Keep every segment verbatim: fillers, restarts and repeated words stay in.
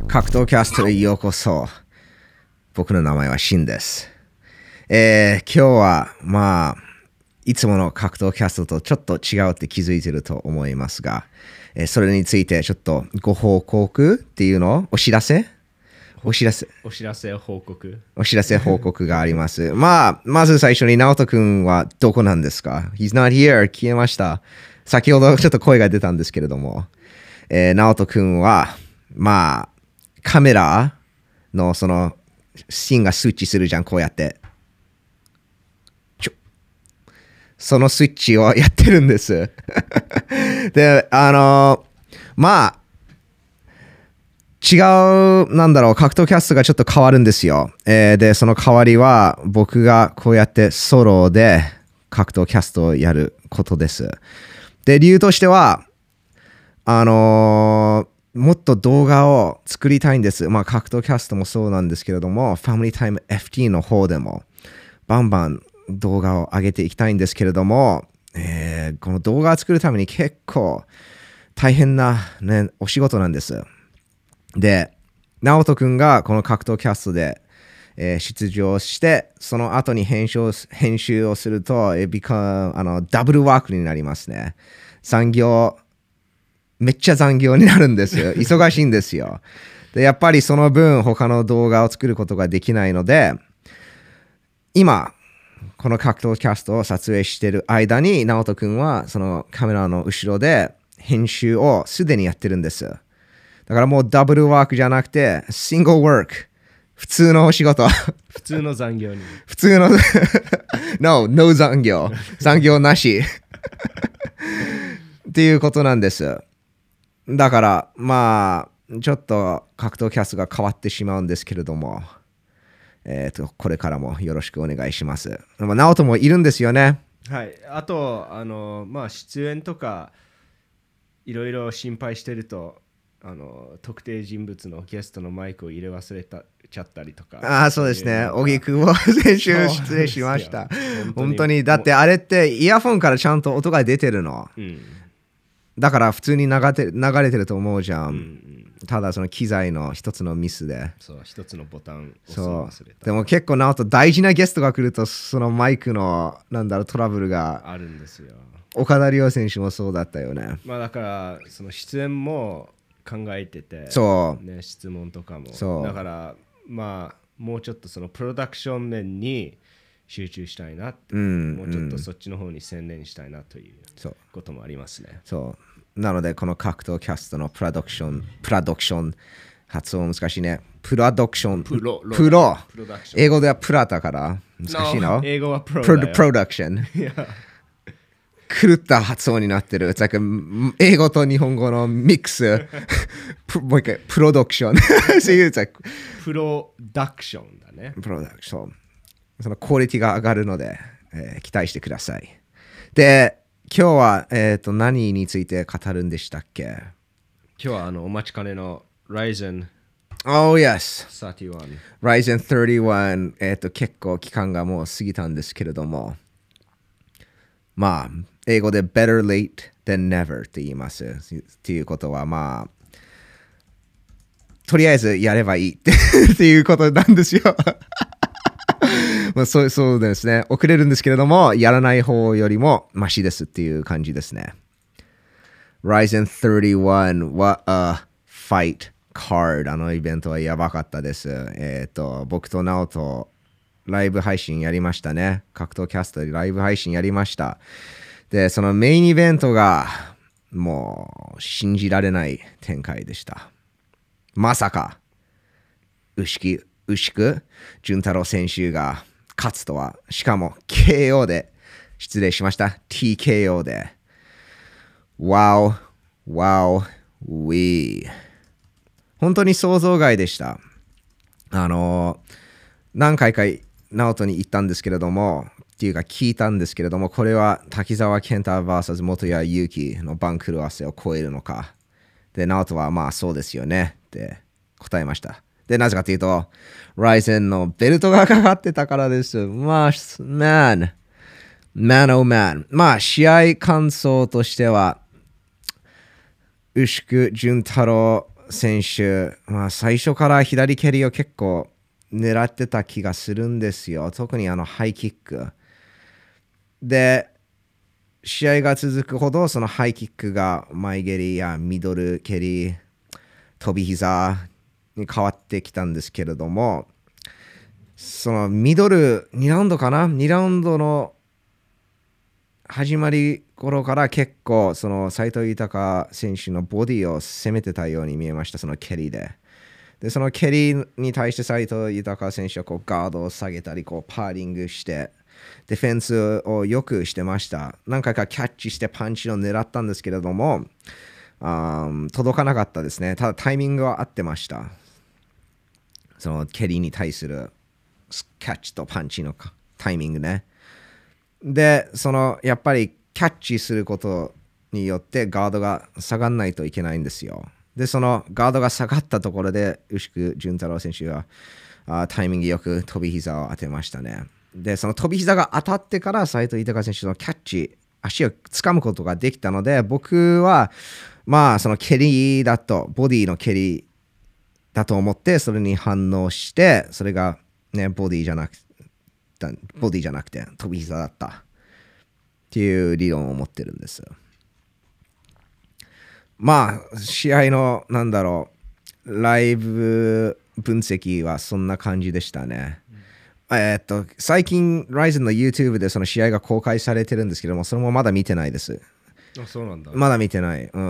格闘キャストへようこそ。僕の名前はシンです。えー、今日はまあいつもの格闘キャストとちょっと違うって気づいてると思いますが、えー、それについてちょっとご報告っていうのお知らせお知らせお知らせ報告お知らせ報告があります。まあまず最初に直人くんはどこなんですか？ He's not here 消えました。先ほどちょっと声が出たんですけれども、えー、直人くんはまあカメラのそのシーンがスイッチするじゃん、こうやってちょそのスイッチをやってるんですで、あのまあ違う、なんだろう、格闘キャストがちょっと変わるんですよ、えー、でその代わりは僕がこうやってソロで格闘キャストをやることです。で理由としてはあのーもっと動画を作りたいんです。まあ格闘キャストもそうなんですけれども、ファミリータイム エフティー の方でもバンバン動画を上げていきたいんですけれども、えー、この動画を作るために結構大変な、ね、お仕事なんです。で、直人くんがこの格闘キャストで、えー、出場して、その後に編集編集をすると、えー、become あのダブルワークになりますね。残業めっちゃ残業になるんですよ。忙しいんですよ。で、やっぱりその分他の動画を作ることができないので、今この格闘キャストを撮影している間に直人くんはそのカメラの後ろで編集をすでにやってるんです。だからもうダブルワークじゃなくてシングルワーク、普通のお仕事普通の残業に普通のNo, no 残業残業なしっていうことなんです。だからまあちょっと格闘キャストが変わってしまうんですけれども、えー、とこれからもよろしくお願いします。直人もいるんですよね。 はい、あとあの、まあ、出演とかいろいろ心配してるとあの特定人物のゲストのマイクを入れ忘れたちゃったりとか。 ああそうですね、荻久保選手失礼しました。本当にだってあれってイヤフォンからちゃんと音が出てるの、うん、だから普通に流れて、流れてると思うじゃん、うんうん、ただその機材の一つのミスで、 そう一つのボタン押すの忘れた。 でも結構直人大事なゲストが来るとそのマイクのなんだろうトラブルがあるんですよ。 岡田亮選手もそうだったよね。 まあだからその出演も考えてて、 そう、 ね、質問とかもそうだからまあもうちょっとそのプロダクション面に集中したいなって、うん、もうちょっとそっちの方に専念したいなということもありますね。 そうなのでこの格闘キャストのプロダクションプロダクション発音難しいね。プロダクションプロプロ英語ではプラだから難しいの。 英語はプロだよ。プロダクション狂った発音になってる。It's like a, 英語と日本語のミックスもう一回プロダクションプロダクションだね。 プロダクション、そのクオリティが上がるので、えー、期待してください。で今日は、えー、と何について語るんでしたっけ？今日はあのお待ちかねの Ryzen Oh yes さんじゅういち Ryzen さんじゅういち、えー、と結構期間がもう過ぎたんですけれども、まあ英語で Better late than never って言います。っていうことはまあとりあえずやればいいっていうことなんですよまあ、そう、そうですね。遅れるんですけれども、やらない方よりもマシですっていう感じですね。Ryzen さんじゅういち What a fight card。あのイベントはやばかったです。えっと、僕と直人、ライブ配信やりましたね。格闘キャストでライブ配信やりました。で、そのメインイベントが、もう信じられない展開でした。まさか、牛久、牛久潤太郎選手が、勝つとは、しかも ケーオー で、失礼しました、ティーケーオー で、Wow, wow, we 本当に想像外でした。あの、何回か直人に言ったんですけれども、っていうか聞いたんですけれども、これは滝沢健太 ブイエス 元谷祐希の番狂わせを超えるのか。で、直人はまあそうですよねって答えました。で、なぜかというと、Ryzen のベルトがかかってたからです。まあ、man, man oh man。まあ、試合感想としては、牛久潤太郎選手、まあ、最初から左蹴りを結構狙ってた気がするんですよ。特にあのハイキック。で、試合が続くほどそのハイキックが前蹴りやミドル蹴り、飛び膝に変わってきたんですけれども、そのミドルにラウンドかな ?に ラウンドの始まり頃から結構その斉藤豊選手のボディを攻めてたように見えました、その蹴りで。で、その蹴りに対して斉藤豊選手はこうガードを下げたり、こうパーリングして、ディフェンスをよくしてました。何回かキャッチしてパンチを狙ったんですけれども、あ届かなかったですね。ただタイミングは合ってました。その蹴りに対するキャッチとパンチのタイミングね。で、そのやっぱりキャッチすることによってガードが下がらないといけないんですよ。で、そのガードが下がったところで牛久潤太郎選手があタイミングよく飛び膝を当てましたね。で、その飛び膝が当たってから斉藤豊選手のキャッチ、足を掴むことができたので、僕はまあその蹴りだと、ボディの蹴りだと思って、それに反応して、それがね、ボディじゃなくて、ボディじゃなくて飛び膝だったっていう理論を持ってるんです。まあ試合のなんだろうライブ分析はそんな感じでしたね。うん、えー、っと最近 Ryzen の YouTube でその試合が公開されてるんですけども、それもまだ見てないです。 あ、そうなんだ。 まだ見てない。うん。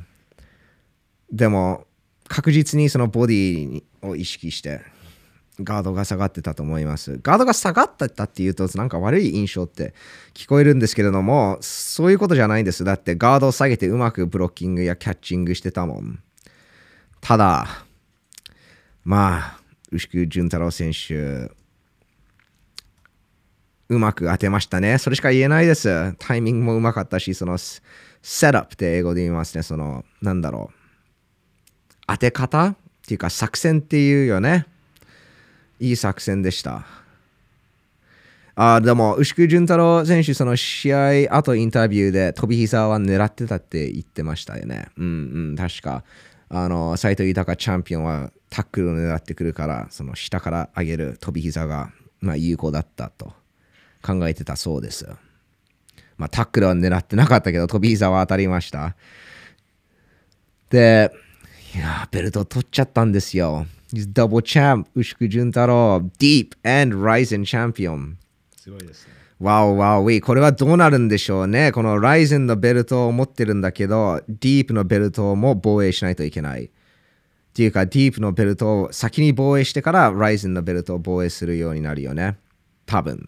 でも確実にそのボディを意識してガードが下がってたと思います。ガードが下がってたっていうとなんか悪い印象って聞こえるんですけれども、そういうことじゃないんです。だってガードを下げてうまくブロッキングやキャッチングしてたもん。ただまあ牛久潤太郎選手うまく当てましたね。それしか言えないです。タイミングもうまかったし、そのセットアップって英語で言いますね。そのなんだろう当て方っていうか作戦っていうよね。いい作戦でした。あでも、牛久潤太郎選手、その試合後インタビューで飛び膝は狙ってたって言ってましたよね。うんうん、確か。あの、斉藤豊チャンピオンはタックルを狙ってくるから、その下から上げる飛び膝が、まあ、有効だったと考えてたそうです。まあ、タックルは狙ってなかったけど、飛び膝は当たりました。で、いやベルト取っちゃったんですよ。He's double champ 牛久潤太郎 Deep and Ryzen チャンピオン。 すごいですね。 わおわおウィー。これはどうなるんでしょうね。この Ryzen のベルトを持ってるんだけど Deep のベルトも防衛しないといけない。っていうか Deep のベルトを先に防衛してから Ryzen のベルトを防衛するようになるよね。多分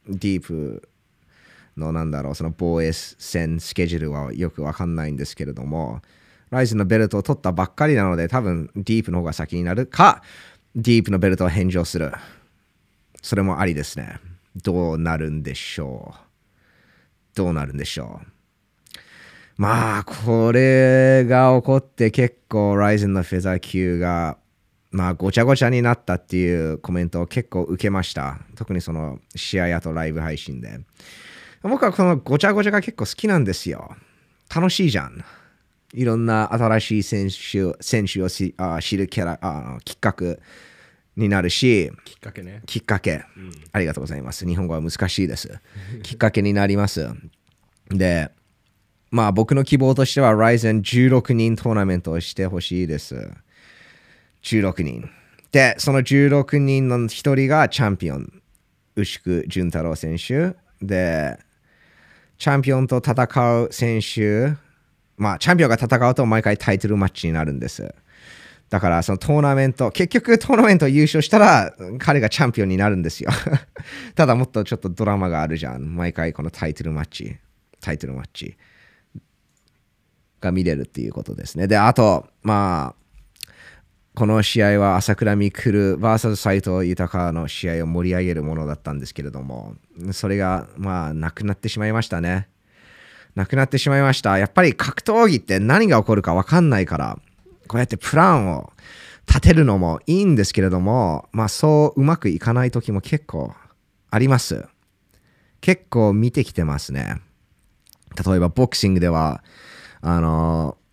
Deep のなんだろうその防衛戦スケジュールはよくわかんないんですけれども、ライズンのベルトを取ったばっかりなので、多分ディープの方が先になるか、ディープのベルトを返上する。それもありですね。どうなるんでしょう。どうなるんでしょう。まあ、これが起こって結構ライズンのフェザー級が、まあ、ごちゃごちゃになったっていうコメントを結構受けました。特にその試合後ライブ配信で。僕はこのごちゃごちゃが結構好きなんですよ。楽しいじゃん。いろんな新しい選手選手をしあ知るキャラあきっかけになるし、 きっかけね。 きっかけ、 うん、 ありがとうございます。日本語は難しいです。きっかけになります。で、まあ僕の希望としては Ryzen じゅうろくにんトーナメントをしてほしいです。じゅうろくにん。で、そのじゅうろくにんのひとりがチャンピオン、牛久潤太郎選手。で、チャンピオンと戦う選手、まあ、チャンピオンが戦うと毎回タイトルマッチになるんです。だから、そのトーナメント、結局トーナメント優勝したら、彼がチャンピオンになるんですよ。ただ、もっとちょっとドラマがあるじゃん。毎回このタイトルマッチ、タイトルマッチが見れるっていうことですね。で、あと、まあ、この試合は朝倉未来 ブイエス 斉藤豊の試合を盛り上げるものだったんですけれども、それが、まあ、なくなってしまいましたね。なくなってしまいました。やっぱり格闘技って何が起こるか分かんないから、こうやってプランを立てるのもいいんですけれども、まあそううまくいかない時も結構あります。結構見てきてますね。例えばボクシングでは、あの、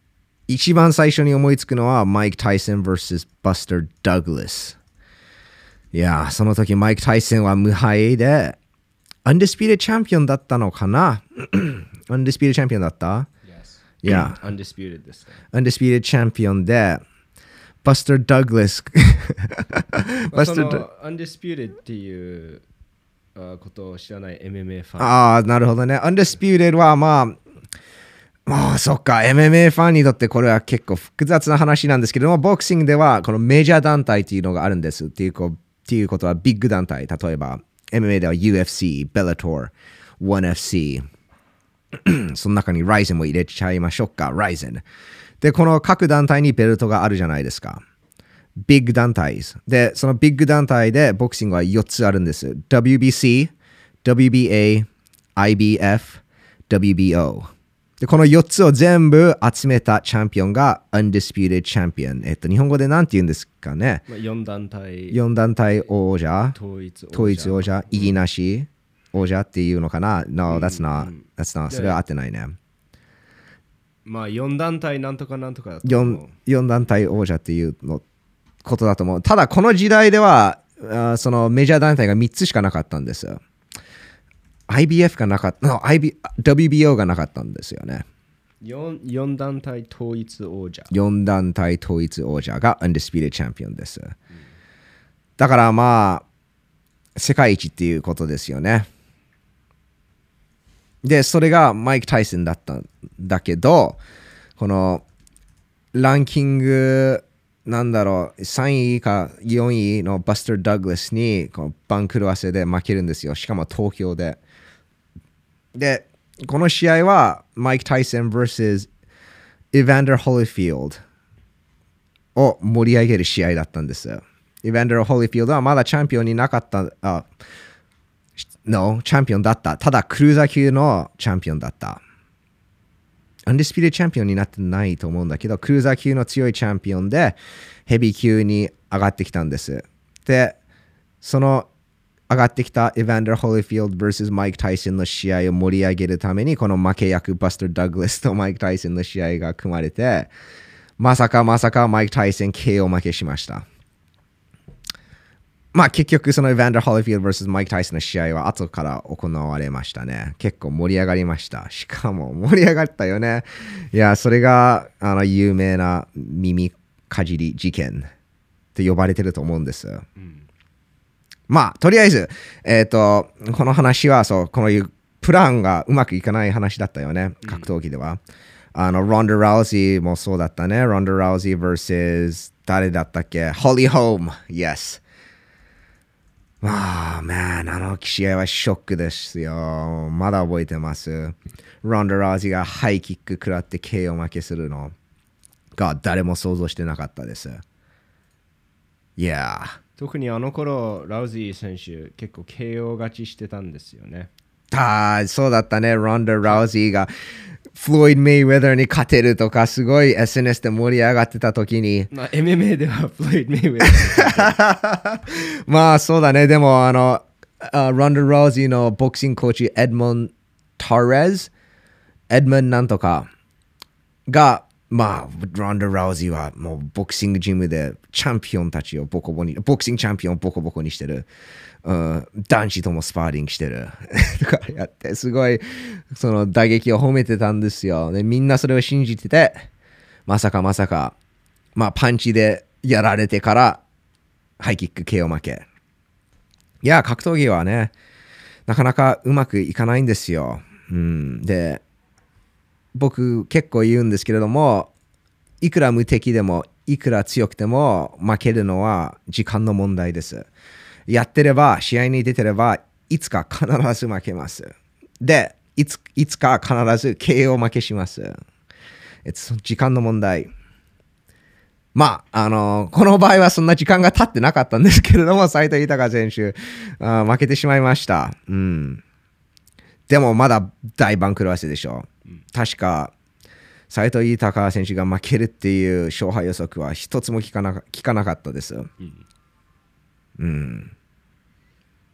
一番最初に思いつくのはマイク・タイソン vs バスター・ダグラス。いやー、その時マイク・タイソンは無敗で、アンディスピューテッドチャンピオンだったのかなアンディスピューテッドチャンピオンだった Yes. いや、 Undisputed ですね。 アンディスピューテッドチャンピオンで、バスター・ダグラス。 まあ、その Undisputed っていうあことを知らない エムエムエー ファン。 ああ、なるほどね。アンディスピューテッドはまあ、まあ、そっか、エムエムエー ファンにとってこれは結構複雑な話なんですけども、ボクシングではこのメジャー団体っていうのがあるんですっていうこっていうことはビッグ団体、例えば エムエムエー では ユーエフシー、Bellator、ワンエフシー、その中に Ryzen も入れちゃいましょうか、Ryzen。で、この各団体にベルトがあるじゃないですか。ビッグ団体で、そのビッグ団体でボクシングはよっつあるんです。ダブリュービーシー、ダブリュービーエー、アイビーエフ、ダブリュービーオー。で、このよっつを全部集めたチャンピオンが Undisputed Champion。えっと、日本語で何て言うんですかね。 まあ、よん団体。 よん団体王者。 統一王者。 統一王者。異議なし王者っていうのかな。No, that's not. That's not. それは合ってないね。 まあ、よん団体なんとかなんとかだと思う。 よん団体王者っていうのことだと思う。ただ、この時代では、あそのメジャー団体がみっつしかなかったんですよ。アイビーエフ がなかった、no、ダブリュービーオー がなかったんですよね。 4, 4団体統一王者。 よん団体統一王者が Undisputed Champion です。うん、だからまあ、世界一っていうことですよね。で、それがマイク・タイソンだったんだけど、このランキング、なんだろう、さんいかよんいのバスター・ダグラスにこの番狂わせで負けるんですよ。しかも東京で。で、この試合はマイク・タイソン vs イヴァンダー・ホリフィールドを盛り上げる試合だったんです。イヴァンダー・ホリフィールドはまだチャンピオンになかった、あ、No、チャンピオンだった。ただ、クルーザー級のチャンピオンだった。アンディスピューテッドチャンピオンになってないと思うんだけど、クルーザー級の強いチャンピオンで、ヘビー級に上がってきたんです。で、その上がってきたイヴァンダー・ホリフィールド vs マイク・タイソンの試合を盛り上げるために、この負け役バスター・ダグラスとマイク・タイソンの試合が組まれて、まさかまさかマイク・タイソン ケーオー 負けしました。まあ結局そのイヴァンダー・ホリフィールド vs マイク・タイソンの試合は後から行われましたね。結構盛り上がりました。しかも盛り上がったよね。いや、それがあの有名な耳かじり事件って呼ばれてると思うんです。うんまあ、とりあえず、えっと、この話は、そう、このいうプランがうまくいかない話だったよね、格闘技では。あの、ロンダ・ラウジーもそうだったね。ロンダ・ラウジー vs 誰だったっけホリー・ホーム。Yes。まあ、man、あの試合はショックですよ。まだ覚えてます。ロンダ・ラウジーがハイキック食らって ケーオー 負けするのが誰も想像してなかったです。Yeah。 特にあの頃、ラウジー選手結構 ケーオー 勝ちしてたんですよね。 ああ、そうだったね。ロンダ・ラウジーがフロイド・メイウェザーに勝てるとか、すごい エスエヌエス で盛り上がってた時に。 まあ、エムエムエー ではフロイド・メイウェザー。 まあ、そうだね。でも、あの、あロンダ・ラウジーのボクシングコーチ、エドモン・タレズ、エドモンなんとかが、まあ、ロンダ・ラウジーはもうボクシングジムでチャンピオンたちをボコボコに、ボクシングチャンピオンをボコボコにしてる。うん、男子ともスパーリングしてる。とかやって、すごい、その打撃を褒めてたんですよ。で、みんなそれを信じてて、まさかまさか、まあ、パンチでやられてから、ハイキック ケーオー 負け。いや、格闘技はね、なかなかうまくいかないんですよ。うん、で、僕結構言うんですけれども、いくら無敵でもいくら強くても負けるのは時間の問題です。やってれば、試合に出てればいつか必ず負けます。で、いついつか必ず ケーオー 負けします。時間の問題。まあ、あのこの場合はそんな時間が経ってなかったんですけれども、斉藤豊選手あ負けてしまいました。うん。でもまだ大番狂わせでしょう。確か、斉藤豊選手が負けるっていう勝敗予測は一つも聞かな、聞かなかったです。うん。うん、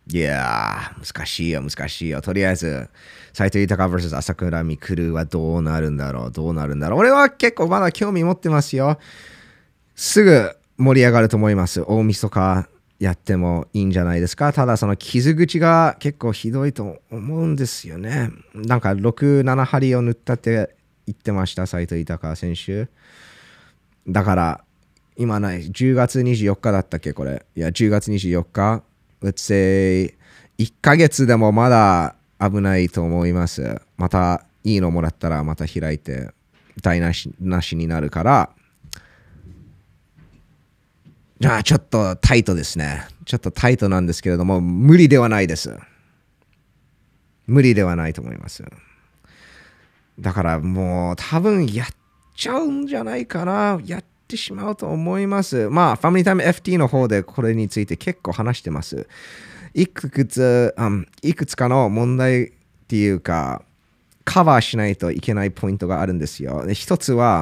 いやー、難しいよ、難しいよ。とりあえず、斎藤豊 vs 朝倉未来はどうなるんだろう、どうなるんだろう。俺は結構まだ興味持ってますよ。すぐ盛り上がると思います。大晦日やってもいいんじゃないですか。ただ、その傷口が結構ひどいと思うんですよね。なんか、ろく、なな針を塗ったって言ってました、斎藤豊選手。だから、今ない、じゅうがつにじゅうよっかだったっけ、これ。いや、じゅうがつにじゅうよっか。Let's say、いっかげつでもまだ危ないと思います。また、いいのもらったらまた開いて、台無しなしになるから、じゃあ、ちょっとタイトですね。ちょっとタイトなんですけれども、無理ではないです。無理ではないと思います。だからもう多分やっちゃうんじゃないかな。やってしまうと思います。まあ、ファミリータイム エフティー の方でこれについて結構話してます。いくつ、うん、いくつかの問題っていうか、カバーしないといけないポイントがあるんですよ。で一つは、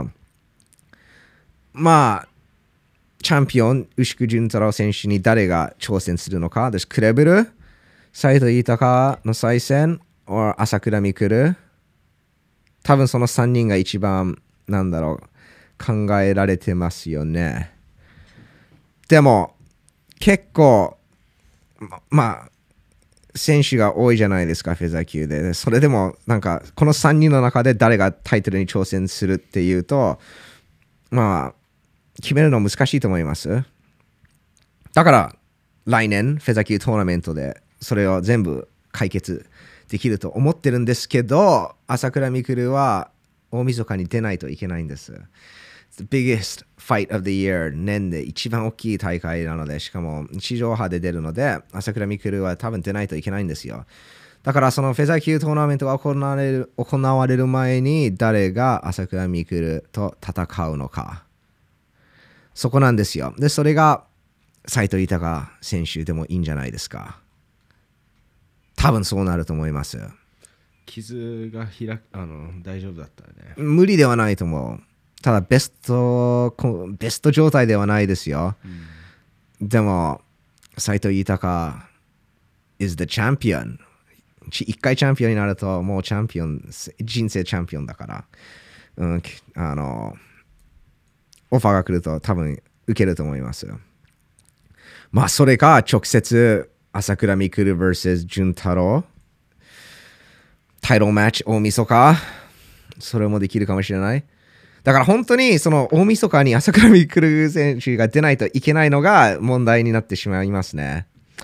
まあ、チャンピオン、牛久潤太郎選手に誰が挑戦するのか。です。クレベル、斎藤豊の再戦、or 朝倉未来。多分そのさんにんが一番、なんだろう、考えられてますよね。でも、結構、ま、まあ、選手が多いじゃないですか、フェザー級で。それでも、なんか、このさんにんの中で誰がタイトルに挑戦するっていうと、まあ、決めるの難しいと思います。だから、来年、フェザー級トーナメントで、それを全部解決できると思ってるんですけど、朝倉未来は大晦日に出ないといけないんです。The biggest fight of the year 年で一番大きい大会なので、しかも地上波で出るので、朝倉未来は多分出ないといけないんですよ。だからそのフェザー級トーナメントが行われる、行われる前に誰が朝倉未来と戦うのか。そこなんですよ。で、それが斎藤豊選手でもいいんじゃないですか。多分そうなると思います。 傷が開く、あの、大丈夫だったね。 無理ではないと思う。ただベスト、ベスト状態ではないですよ。うん、でも、斎藤豊 is the champion。一回チャンピオンになると、もうチャンピオン、人生チャンピオンだから。うん、あの、オファーが来ると多分受けると思います。まあ、それか直接、朝倉未来 vs 潤太郎。タイトルマッチ大晦日。それもできるかもしれない。だから本当にその大晦日に朝倉未来選手が出ないといけないのが問題になってしまいますね。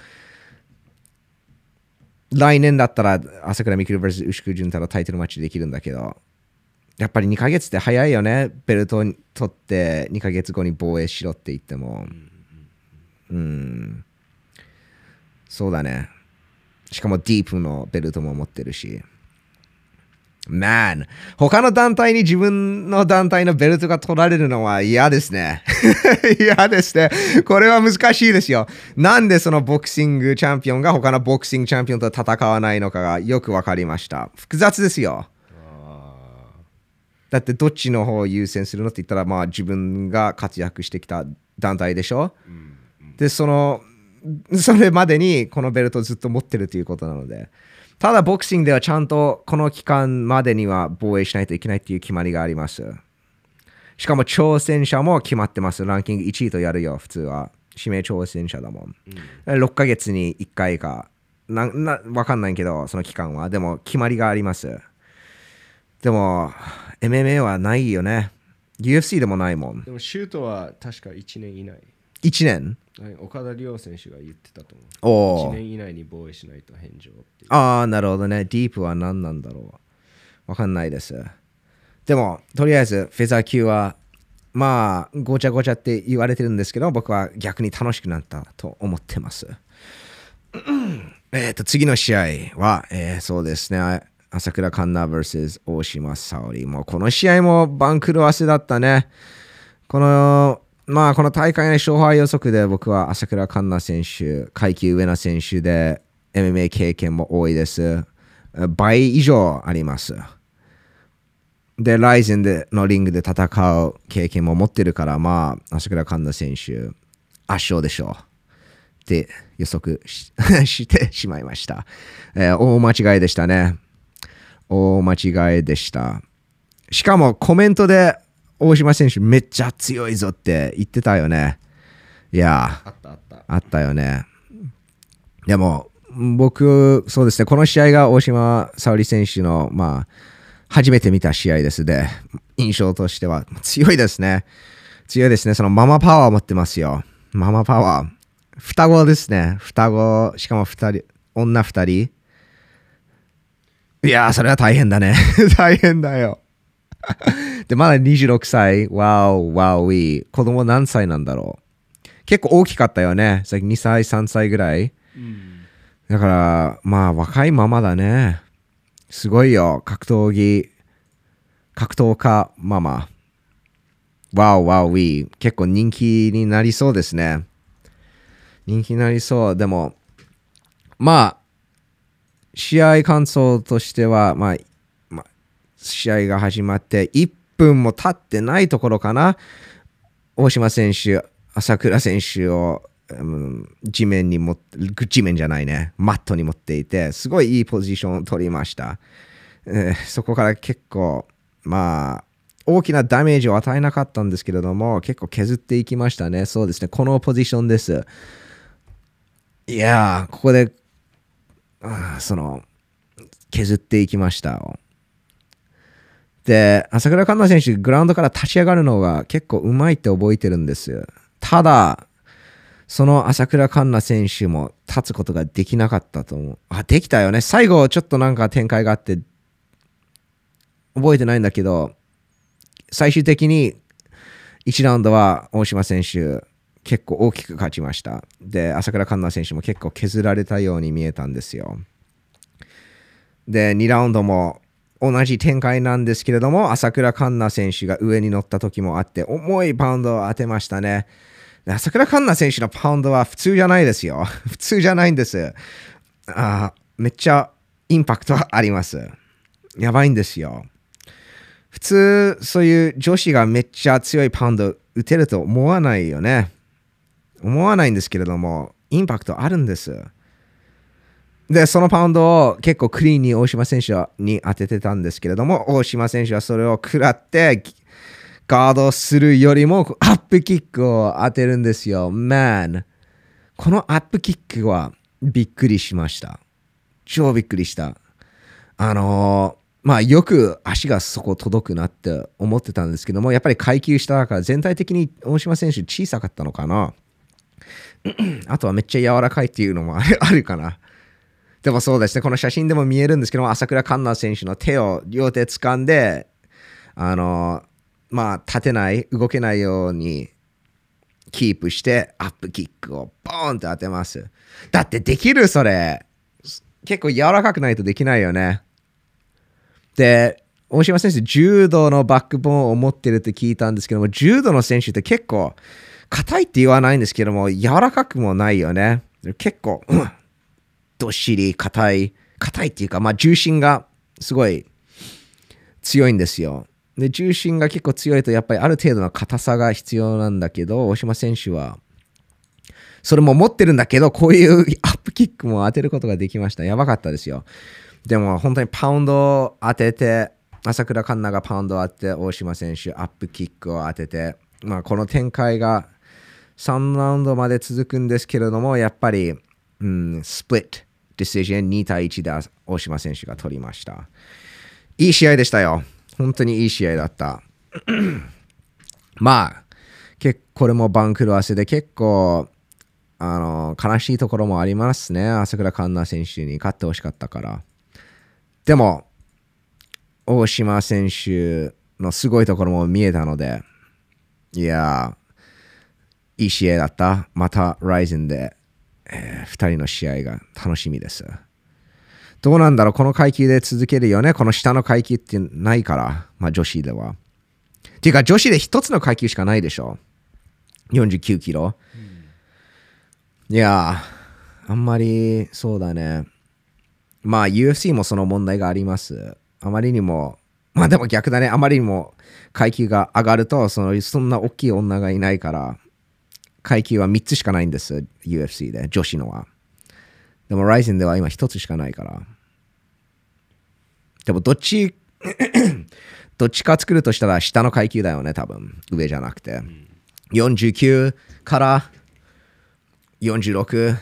来年だったら朝倉未来 vs 牛久潤太郎タイトルマッチできるんだけど、やっぱりにかげつって早いよね。ベルトを取ってにかげつごに防衛しろって言っても。うん。そうだね。しかもディープのベルトも持ってるし。Man、他の団体に自分の団体のベルトが取られるのは嫌ですね。嫌ですね。これは難しいですよ。なんでそのボクシングチャンピオンが他のボクシングチャンピオンと戦わないのかがよくわかりました。複雑ですよ。だってどっちの方を優先するのって言ったら、まあ自分が活躍してきた団体でしょ。うんうん、で、その、それまでにこのベルトをずっと持ってるということなので。ただボクシングではちゃんとこの期間までには防衛しないといけないっていう決まりがあります。しかも挑戦者も決まってます。ランキングいちいとやるよ、普通は。指名挑戦者だもん。うん、ろっかげつにいっかいか。な、な、わかんないけど、その期間は。でも決まりがあります。でも、エムエムエー はないよね。ユーエフシー でもないもん。 でもシュートは確かいちねん以内。 いちねん？ 岡田亮選手が言ってたと思う。いちねん以内に防衛しないと返上っていう。 ああ、なるほどね。ディープは何なんだろう。わかんないです。でも、とりあえず、フェザー級は、まあ、ごちゃごちゃって言われてるんですけど、僕は逆に楽しくなったと思ってます。えっと、次の試合は、えー、そうですね。朝倉環奈 vs 大島沙織。もうこの試合も番狂わせだったね。この、まあこの大会の勝敗予測で僕は朝倉環奈選手、階級上の選手で エムエムエー 経験も多いです。倍以上あります。で、ライゼンでのリングで戦う経験も持ってるから、まあ朝倉環奈選手、圧勝でしょう。 って予測 し, してしまいました、えー。大間違いでしたね。大間違いでした。しかもコメントで大島選手めっちゃ強いぞって言ってたよね。いやあったあった。 あったよね。でも僕、そうですね、この試合が大島沙織選手の、まあ、初めて見た試合ですで、印象としては強いですね。強いですね。そのママパワーを持ってますよ。ママパワー。双子ですね。双子、しかも二人、女二人。いやー、それは大変だね。大変だよ。で、まだにじゅうろくさい。わお、わお、いい。子供何歳なんだろう。結構大きかったよね。さっきにさい、さんさいぐらい。うん、だから、まあ、若いままだね。すごいよ。格闘技、格闘家ママ。わお、わお、いい。結構人気になりそうですね。人気になりそう。でも、まあ、試合感想としては、まあ、まあ、試合が始まっていっぷんも経ってないところかな。大島選手、朝倉選手を、うん、地面に持って、地面じゃないね、マットに持っていて、すごいいいポジションを取りました。えー、そこから結構、まあ、大きなダメージを与えなかったんですけれども、結構削っていきましたね。そうですね、このポジションです。いやー、ここで、あその、削っていきました。で、朝倉環奈選手、グラウンドから立ち上がるのが結構うまいって覚えてるんです。ただ、その朝倉環奈選手も立つことができなかったと思う。あ、できたよね。最後、ちょっとなんか展開があって、覚えてないんだけど、最終的にいちラウンドは大島選手、結構大きく勝ちました。で、朝倉環奈選手も結構削られたように見えたんですよ。で、にラウンドも同じ展開なんですけれども、朝倉環奈選手が上に乗った時もあって、重いパウンドを当てましたね。で、朝倉環奈選手のパウンドは普通じゃないですよ。普通じゃないんです。あめっちゃインパクトあります。やばいんですよ。普通、そういう女子がめっちゃ強いパウンド打てると思わないよね。思わないんですけれども、インパクトあるんです。で、そのパウンドを結構クリーンに大島選手に当ててたんですけれども、大島選手はそれを食らってガードするよりもアップキックを当てるんですよ。Man。このアップキックはびっくりしました。超びっくりした。あのー、まあよく足がそこ届くなって思ってたんですけども、やっぱり階級下から全体的に大島選手小さかったのかな。あとはめっちゃ柔らかいっていうのもある、あるかな。でもそうですね、この写真でも見えるんですけども、朝倉環奈選手の手を両手掴んで、あの、まあ、立てない、動けないようにキープして、アップキックをボーンって当てます。だってできる、それ。結構柔らかくないとできないよね。で、大島選手、柔道のバックボーンを持ってるって聞いたんですけども、柔道の選手って結構、硬いって言わないんですけども、柔らかくもないよね。結構、うん、どっしり硬い、硬いっていうか、まあ重心がすごい強いんですよ。で、重心が結構強いと、やっぱりある程度の硬さが必要なんだけど、大島選手は、それも持ってるんだけど、こういうアップキックも当てることができました。やばかったですよ。でも本当にパウンドを当てて、朝倉環奈がパウンドを当てて、大島選手、アップキックを当てて、まあこの展開が、さんラウンドまで続くんですけれども、やっぱり、うん、スプリット、ディシジョンに対いちで大島選手が取りました。いい試合でしたよ。本当にいい試合だった。まあ、結構これも番狂わせで結構、あの、悲しいところもありますね。朝倉環奈選手に勝ってほしかったから。でも、大島選手のすごいところも見えたので、いやー、いい試合だった。また、ライゼンで、えー、ふたりの試合が楽しみです。どうなんだろう、この階級で続けるよね。この下の階級ってないから、まあ女子では。っていうか、女子で一つの階級しかないでしょ。よんじゅうきゅうキロ。うん、いやー、あんまり、そうだね。まあ ユーエフシー もその問題があります。あまりにも、まあでも逆だね。あまりにも階級が上がると、そのそんな大きい女がいないから、 階級はみっつしかないんです。ユーエフシー で、女子のは。でも、ライゼンでは今ひとつしかないから。でも、どっち、どっちか作るとしたら下の階級だよね、多分。上じゃなくて。よんじゅうきゅうからよんじゅうろく。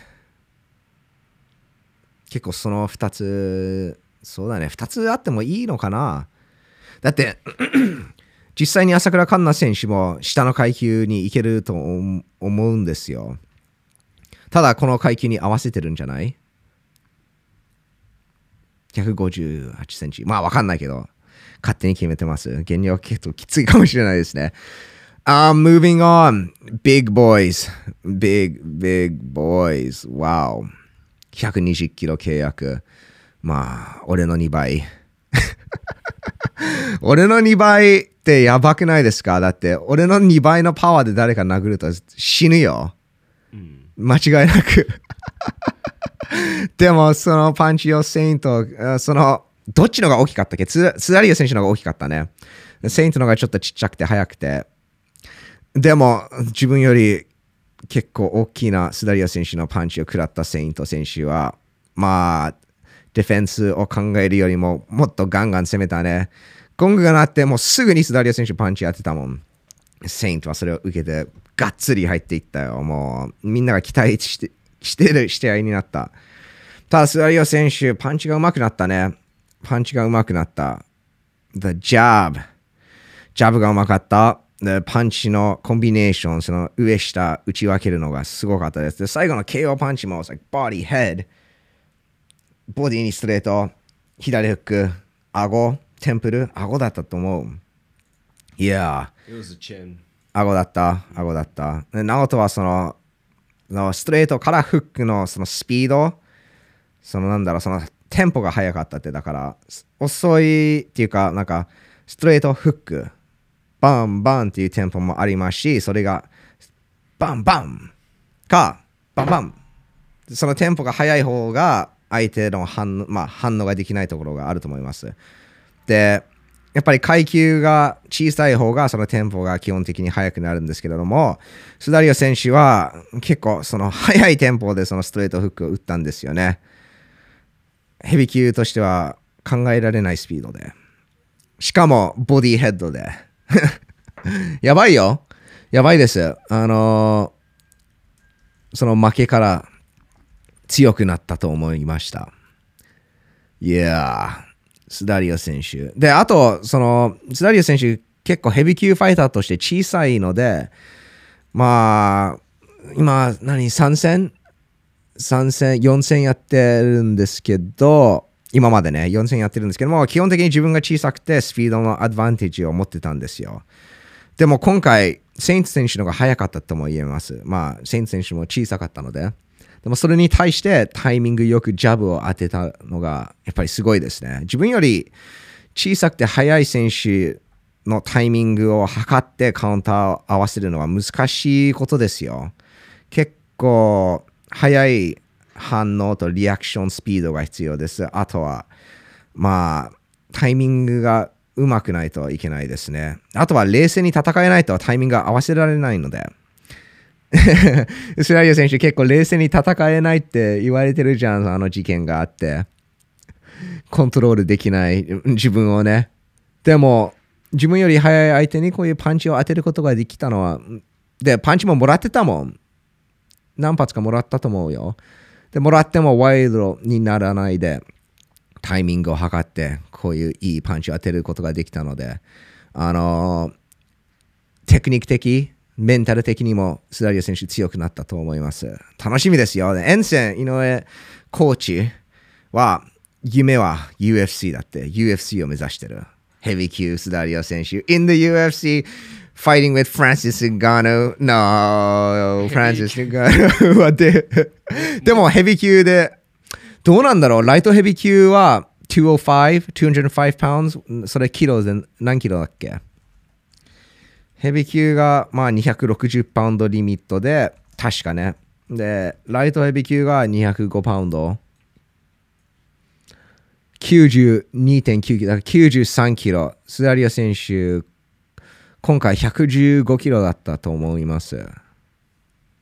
結構そのふたつ、そうだね、ふたつあってもいいのかな。だって、実際に朝倉環奈選手も下の階級に行けると思うんですよ。ただ、この階級に合わせてるんじゃない？ ひゃくごじゅうはちセンチ。まあ、わかんないけど、勝手に決めてます。減量結構きついかもしれないですね。Um, moving on. Big boys. Big, big boys. Wow. ひゃくにじゅっキロ契約。まあ、俺のにばい。俺のにばいってやばくないですか？だって、俺のにばいのパワーで誰か殴ると死ぬよ。うん、間違いなく。でも、そのパンチをセイント、その、どっちのが大きかったっけ？ツダリオ選手の方が大きかったね。セイントの方がちょっとちっちゃくて速くて。でも、自分より結構大きなスダリア選手のパンチを食らったセイント選手は、まあ、ディフェンスを考えるよりももっとガンガン攻めたね。ゴングが鳴ってもうすぐにスダリア選手パンチやってたもん。セイントはそれを受けてがっつり入っていったよ。もうみんなが期待して、してる試合になった。ただスダリア選手パンチが上手くなったね。パンチが上手くなった。The jab。ジャブが上手かった。でパンチのコンビネーション、その上下打ち分けるのがすごかったです。で最後の ケーオー パンチも、like、ボディ、ヘッド、ボディにストレート、左フック、顎、テンプル、顎だったと思う。いやー、顎だった、顎だった。でナオトはその、のストレートからフックのそのスピード、そのなんだろう、そのテンポが速かったって、だから遅いっていうか、なんかストレートフック、バンバンっていうテンポもありますし、それがバンバンかバンバン、そのテンポが速い方が相手の反応、まあ、反応ができないところがあると思います。で、やっぱり階級が小さい方がそのテンポが基本的に速くなるんですけれども、スダリオ選手は結構その速いテンポでそのストレートフックを打ったんですよね。ヘビー級としては考えられないスピードで、しかもボディヘッドでやばいよ。やばいです。あのー、その負けから強くなったと思いました。いやー、スダリオ選手。で、あと、その、スダリオ選手結構ヘビー級ファイターとして小さいので、まあ、今、何、さん戦 ?さん 戦、よん戦やってるんですけど、今までね、よん戦やってるんですけども、基本的に自分が小さくてスピードのアドバンテージを持ってたんですよ。でも今回、セイント選手の方が速かったとも言えます。まあ、セイント選手も小さかったので。でもそれに対してタイミングよくジャブを当てたのがやっぱりすごいですね。自分より小さくて速い選手のタイミングを測ってカウンターを合わせるのは難しいことですよ。結構速い反応とリアクションスピードが必要です。あとはまあタイミングがうまくないといけないですね。あとは冷静に戦えないとタイミングが合わせられないので。スダリオ選手結構冷静に戦えないって言われてるじゃん。あの事件があってコントロールできない自分をね。でも自分より速い相手にこういうパンチを当てることができたのは、でパンチももらってたもん。何発かもらったと思うよ。でもらってもワイルドにならないでタイミングを測ってこういういいパンチを当てることができたので、あのテクニック的メンタル的にもスダリオ選手強くなったと思います。楽しみですよ。エンセン井上コーチは夢は ユーエフシー だって ユーエフシー を目指してる。ヘビー級スダリオ選手 in the ユーエフシーfighting with Francis Ngannou no Francis Ngannou はででもヘビー級でどうなんだろう。ライトヘビー級はにひゃくご、にひゃくご pounds それキロで何キロだっけ。ヘビー級がまあにひゃくろくじゅうパウンドリミットで、確かね。で、ライトヘビー級がにひゃくごパウンド。きゅうじゅうにてんきゅうキロ、だからきゅうじゅうさんキロ。スダリオ選手、今回ひゃくじゅうごキロだったと思います。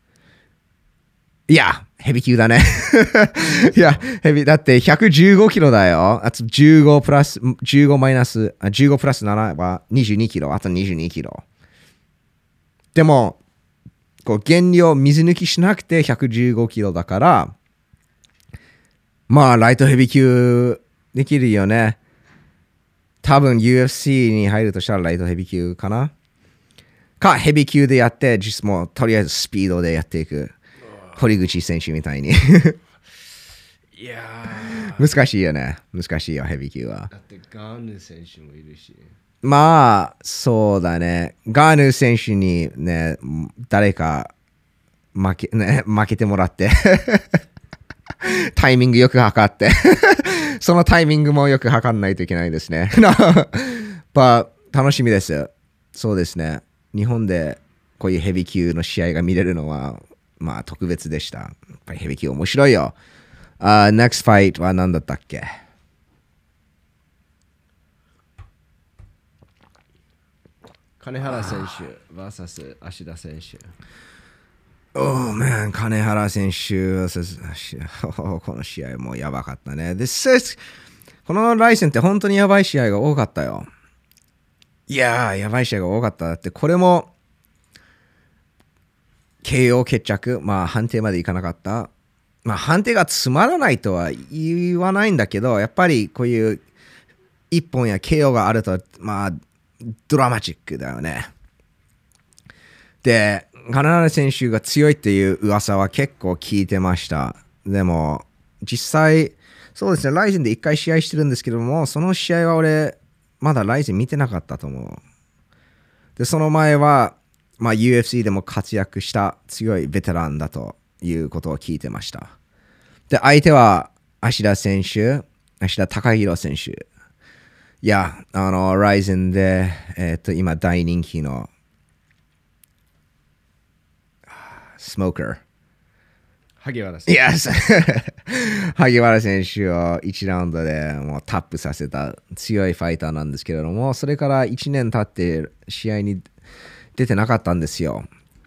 いや、ヘビー級だね。いや、ヘビー、だってひゃくじゅうごキロだよ。あとじゅうごプラス、じゅうごマイナス、あじゅうごプラスななはにじゅうにキロ。あとにじゅうにキロ。でも、こう減量、水抜きしなくてひゃくじゅうごキロだから、まあ、ライトヘビー級できるよね。多分 ユーエフシー に入るとしたらライトヘビー級かな。か、ヘビー級でやって、実もとりあえずスピードでやっていく。堀口選手みたいに。 いや難しいよね。難しいよ、ヘビー級は。 だってガーヌ選手もいるし。 まあ、そうだね。ガーヌ選手にね、誰か負け、ね、負けてもらって。タイミングよく測って。そのタイミングもよく測らないといけないですね。まあ、楽しみです。そうですね。日本でこういうヘビー級の試合が見れるのは、まあ特別でした。やっぱりヘビー級面白いよ。Uh, next fight は何だったっけ？ 金原選手 ブイエス 芦田選手。 Oh man、金原選手、この試合もやばかったね。This is、このライセンって本当にやばい試合が多かったよ。いやー、やばい試合が多かった。だってこれも、ケーオー 決着、まあ判定までいかなかった。まあ判定がつまらないとは言わないんだけど、やっぱりこういう一本や ケーオー があると、まあ、ドラマチックだよね。で、金原選手が強いっていう噂は結構聞いてました。でも、実際、そうですね、ライゼンで一回試合してるんですけども、その試合は俺、まだライゼン見てなかったと思う。で、その前は、まあ、ユーエフシー でも活躍した強いベテランだということを聞いてました。で、相手は、芦田選手、芦田貴弘選手。いや、あの、ライゼンで、えっと、今大人気の、スモーカー。 萩原選手。 Yes! 萩原選手をいちラウンドでもうタップさせた強いファイターなんですけれども、それからいちねん経って試合に出てなかったんですよ。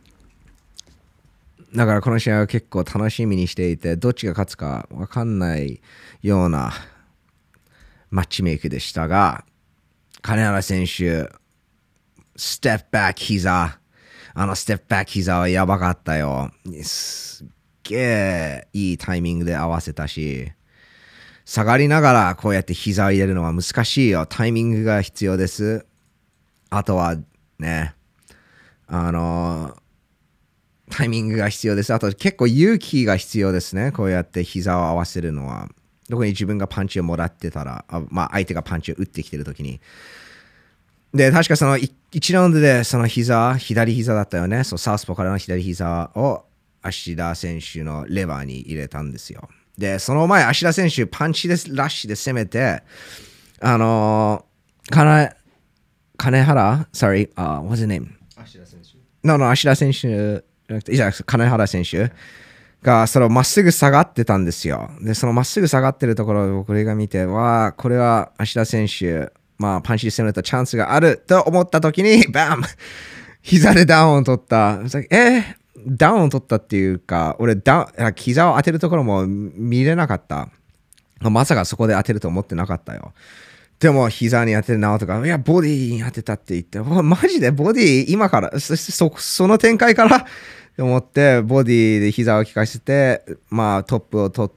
だからこの試合は結構楽しみにしていて、どっちが勝つか分かんないようなマッチメイクでしたが、金原選手、ステップバック膝、あのステップバック膝はやばかったよ。すっげえいいタイミングで合わせたし、下がりながらこうやって膝を入れるのは難しいよ。タイミングが必要です。あとはね、あの、タイミングが必要です。あと結構勇気が必要ですね。こうやって膝を合わせるのは。特に自分がパンチをもらってたら、あまあ相手がパンチを打ってきてるときに。で、確かそのいちラウンドでその膝、左膝だったよね。そう、サウスポーからの左膝を芦田選手のレバーに入れたんですよ。で、その前、芦田選手、パンチでラッシュで攻めて、あのー、金、金原 ?Sorry,、uh, what's his name? 芦田選手。 No, no, 芦田選手じゃなくて、いや、金原選手が、そのまっすぐ下がってたんですよ。で、そのまっすぐ下がってるところをこれが見て、わあ、これは芦田選手、まあ、パンチで攻めたチャンスがあると思ったときに、バン膝でダウンを取った。like, えー、ダウンを取ったっていうか、俺ダウン、膝を当てるところも見れなかった。まさかそこで当てると思ってなかったよ。でも、膝に当てるなとか、いや、ボディに当てたって言って、マジでボディ今から、そそその展開からと思って、ボディで膝を効かせて、まあ、トップを取って、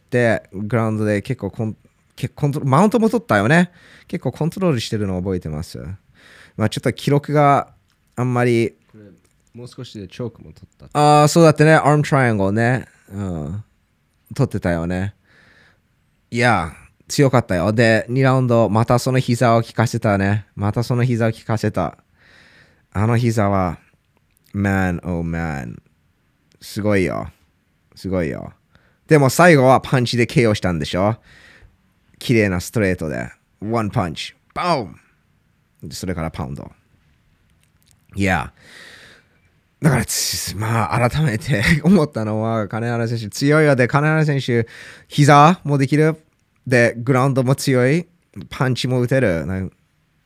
グラウンドで結構コン結構コントロマウントも取ったよね。結構コントロールしてるのを覚えてます。まあちょっと記録があんまり。 もう少しでチョークも取った。 ああ、そうだってね。アームトライアングルね。うん。取ってたよね。いや、強かったよ。で、にラウンド、またその膝を効かせたね。またその膝を効かせた。あの膝は、man, oh man。すごいよ。すごいよ。でも最後はパンチで ケーオー したんでしょ。綺麗なストレートで、ワンパンチ、バウンそれからパウンド。いや、だから、まあ、改めて思ったのは、金原選手強いよで、金原選手、膝もできる。で、グラウンドも強い。パンチも打て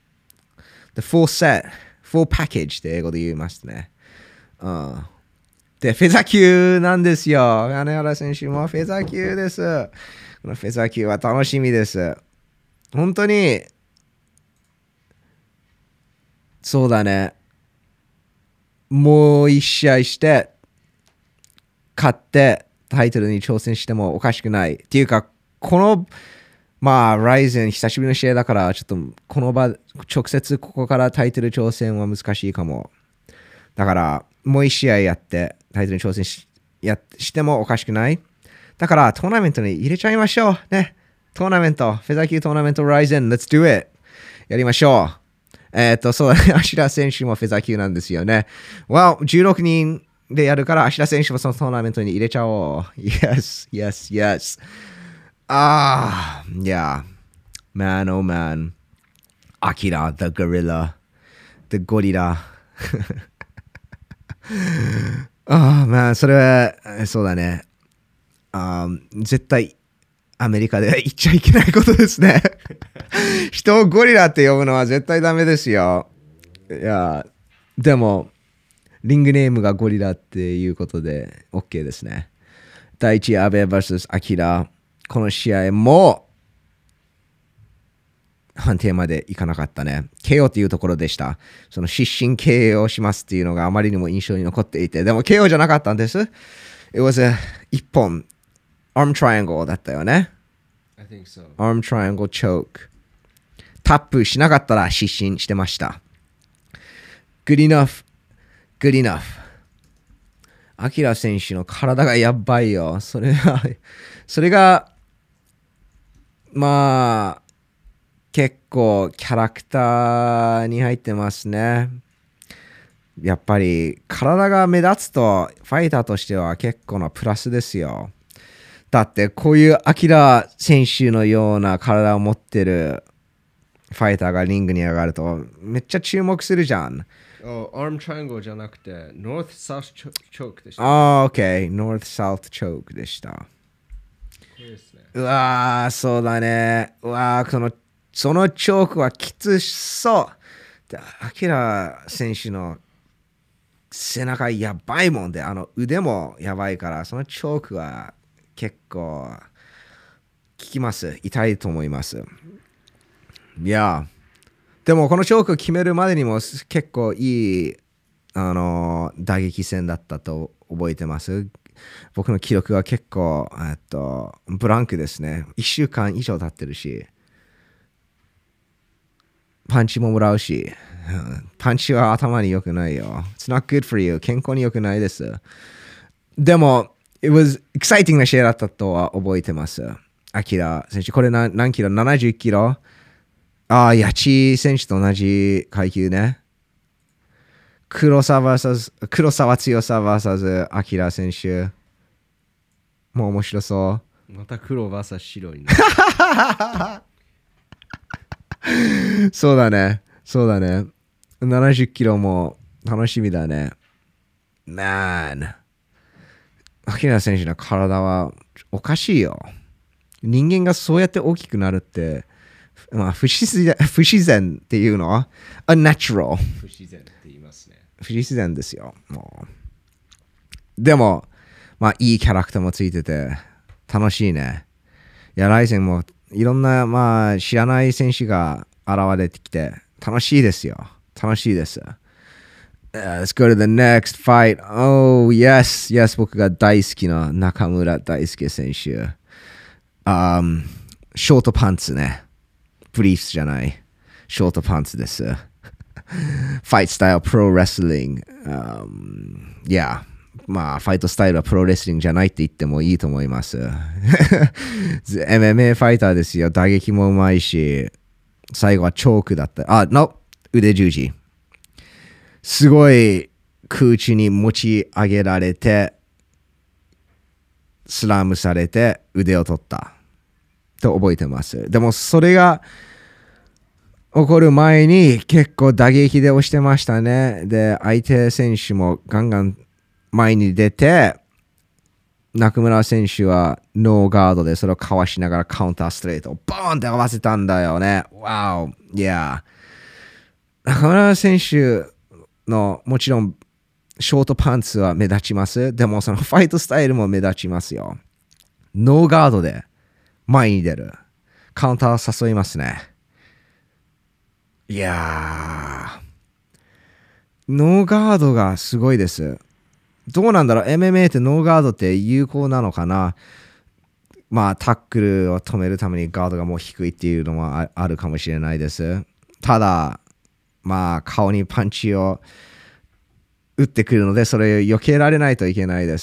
る。The full set, full package って英語で言いますね。うんで、フェザー級なんですよ。金原選手もフェザー級です。このフェザー級は楽しみです。本当に、そうだね。もう一試合して、勝ってタイトルに挑戦してもおかしくない。っていうか、この、まあ、ライゼン久しぶりの試合だから、ちょっとこの場、直接ここからタイトル挑戦は難しいかも。だから、もう一試合やって、タイトルに挑戦 し, やしてもおかしくない。だから、トーナメントに入れちゃいましょう。ね。トーナメント、フェザー級トーナメントライゼン、Let's do it! やりましょう。えっ、ー、と、そうだね。アシュラ選手もフェザー級なんですよね。Well、じゅうろくにんでやるから、アシュラ選手もそのトーナメントに入れちゃおう。Yes, yes, yes. Ah, yeah. Man, oh man. Akira, the gorilla. The gorilla. ああ、まあ、それは、そうだね。あ絶対、アメリカで言っちゃいけないことですね。人をゴリラって呼ぶのは絶対ダメですよ。いや、でも、リングネームがゴリラっていうことで OK ですね。第一、アベ ブイエス アキラ。この試合も、判定までいかなかったね。ケーオー っていうところでした。その失神 ケーオー しますっていうのがあまりにも印象に残っていて、でも ケーオー じゃなかったんです。It was a 一本、arm triangle だったよね。 I think so. arm triangle choke。タップしなかったら失神してました。Good enough. Good enough. アキラ選手の体がやばいよ。それが、それが、まあ、結構キャラクターに入ってますね。やっぱり体が目立つとファイターとしては結構なプラスですよ。だってこういうアキラ選手のような体を持ってるファイターがリングに上がるとめっちゃ注目するじゃん。 Oh, arm triangle じゃなくて North South Choke でした。 ああ、OK。North South Choke でした。 これですね。 うわー、そうだね。うわー、そのそのチョークはきつそう。で、アキラ選手の背中やばいもんで、あの腕もやばいから、そのチョークは結構効きます。痛いと思います。いや、でもこのチョークを決めるまでにも結構いい、あの打撃戦だったと覚えてます。僕の記録は結構、えっと、ブランクですね。いっしゅうかん以上経ってるし。パンチももらうし、パンチは頭に良くないよ。It's not good for you. 健康に良くないです。でも、it was exciting な試合だったとは覚えてます。アキラ選手、これ何, 何キロ ?ななじゅっ キロああ、ヤチ選手と同じ階級ね。黒沢 vs 黒沢強さ vs アキラ選手。もう面白そう。 また黒 vs 白になる。 そうだね。そうだね。ななじゅっキロも楽しみだね。Man。アキラ選手の体はおかしいよ。人間がそうやって大きくなるって、まあ、不自然、不自然っていうのは unnatural。 不自然って言いますね。 不自然ですよ。もう。でも、まあ、いいキャラクターもついてて楽しいね。いや、ライゼンもいろんな、まあ、知らない選手が現れてきて、楽しいですよ。楽しいです。Uh, let's go to the next fight. Oh, yes, yes, 僕が大好きな中村大輔選手。Um, ショートパンツね。ブリーフスじゃない。ショートパンツです。ファイトスタイルプロレスリング。Um, yeah.まあ、ファイトスタイルはプロレスリングじゃないって言ってもいいと思います。エムエムエー ファイターですよ。打撃もうまいし、最後はチョークだった。あ、の、腕十字。すごい空中に持ち上げられて、スラムされて腕を取った。と覚えてます。でもそれが起こる前に結構打撃で押してましたね。で、相手選手もガンガン前に出て、中村選手はノーガードでそれをかわしながらカウンターストレートをボーンって合わせたんだよね。わお、いや。中村選手のもちろんショートパンツは目立ちます。でもそのファイトスタイルも目立ちますよ。ノーガードで前に出る。カウンターを誘いますね。いやー、ノーガードがすごいです。どうなんだろう エムエムエー ってノーガードって有効なのかな。まあタックルを止めるためにガードがもう低いっていうのも あ, あるかもしれないです。ただ、まあ顔にパンチを打ってくるのでそれを避けられないといけないです。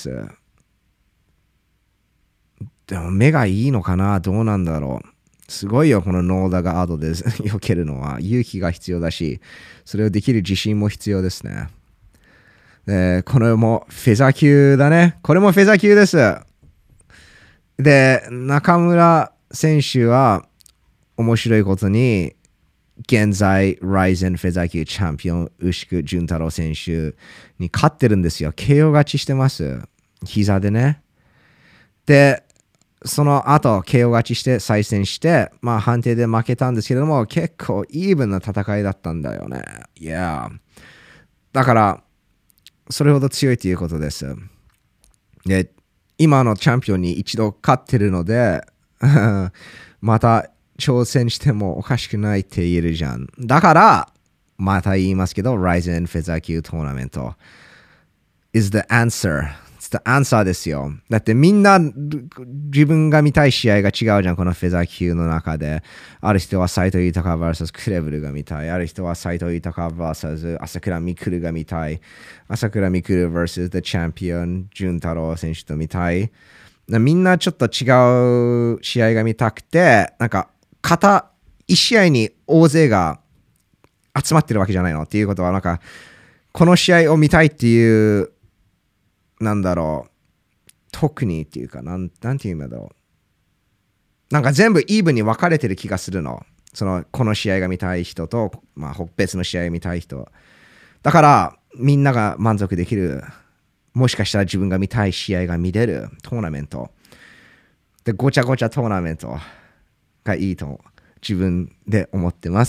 でも目がいいのかな、どうなんだろう。すごいよ、このノーダガードで避けるのは。勇気が必要だし、それをできる自信も必要ですね。で、これもフェザー級だね。これもフェザー級です。で、中村選手は面白いことに、現在、ライゼンフェザー級チャンピオン、牛久潤太郎選手に勝ってるんですよ。ケーオー 勝ちしてます。膝でね。で、その後、ケーオー 勝ちして再戦して、まあ判定で負けたんですけれども、結構イーブンな戦いだったんだよね。いや、だから、それほど強いということです。で、今のチャンピオンに一度勝ってるので、また挑戦してもおかしくないって言えるじゃん。だから、また言いますけど、Ryzen フェザー級トーナメント is the answer。It's the answer ですよ。だってみんな自分が見たい試合が違うじゃん、このフェザー級の中で。ある人は斎藤豊 ブイエス クレブルが見たい。ある人は斎藤豊 ブイエス 朝倉未来が見たい。朝倉未来 ブイエス The Champion 潤太郎選手と見たい。みんなちょっと違う試合が見たくて、なんか、片一試合に大勢が集まってるわけじゃないのっていうことは、なんか、この試合を見たいっていう、なんだろう、特にっていうか、なん、なんていうんだろう。なんか全部イーブンに分かれてる気がするの。その、この試合が見たい人と、まあ、別の試合が見たい人。だから、みんなが満足できる。もしかしたら自分が見たい試合が見れるトーナメント。で、ごちゃごちゃトーナメントがいいと自分で思ってます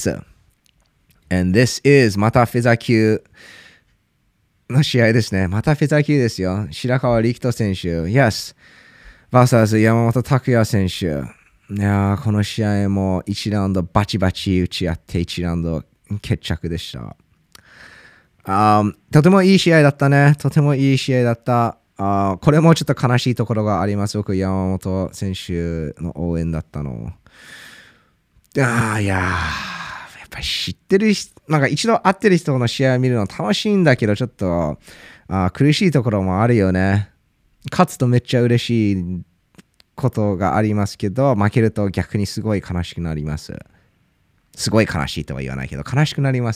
。And this is またフェザー級の試合ですね。またフェザー級ですよ。白川力斗選手、Yes。バーサス山本拓也選手。いやー、この試合もいちラウンドバチバチ打ち合っていちラウンド決着でした。あとてもいい試合だったね。とてもいい試合だった。あこれもちょっと悲しいところがあります。僕、山本選手の応援だったの。あいやー、やっぱり知ってる人、なんか一度会ってる人の試合を見るの楽しいんだけど、ちょっとあ苦しいところもあるよね。勝つとめっちゃ嬉しいことがありますけど、負けると逆にすごい悲しくなります。すごい悲しいとは言わないけど、悲しくなります。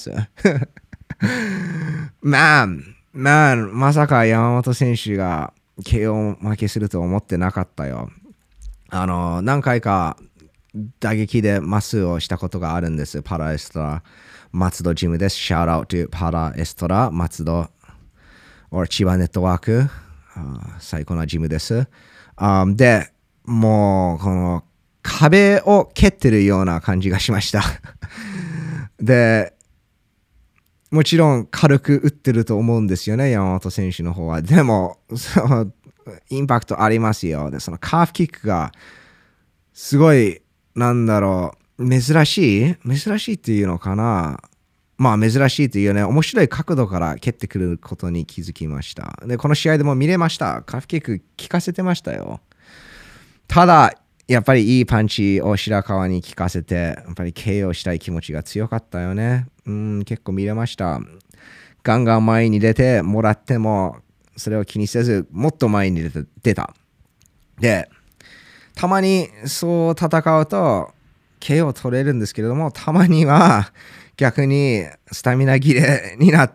まあ、まあ、まさか山本選手が ケーオー 負けすると思ってなかったよ。あの、何回か打撃でマスをしたことがあるんです。パラエストラ、松戸ジムです。シャウトアウトパラエストラ、松戸、or 千葉ネットワーク、最高なジムです。Um, で、もう、この壁を蹴ってるような感じがしました。で、もちろん軽く打ってると思うんですよね、山本選手の方は。でも、そのインパクトありますよ。で、そのカーフキックが、すごい、なんだろう、珍しい珍しいっていうのかな。まあ、珍しいっていうね、面白い角度から蹴ってくることに気づきました。で、この試合でも見れました。カーフキック効かせてましたよ。ただ、やっぱりいいパンチを白川に効かせて、やっぱり ケーオー したい気持ちが強かったよね。うん、結構見れました。ガンガン前に出てもらっても、それを気にせず、もっと前に出て出た。で、たまにそう戦うと、ケーオー 取れるんですけれども、たまには逆にスタミナ切れになって、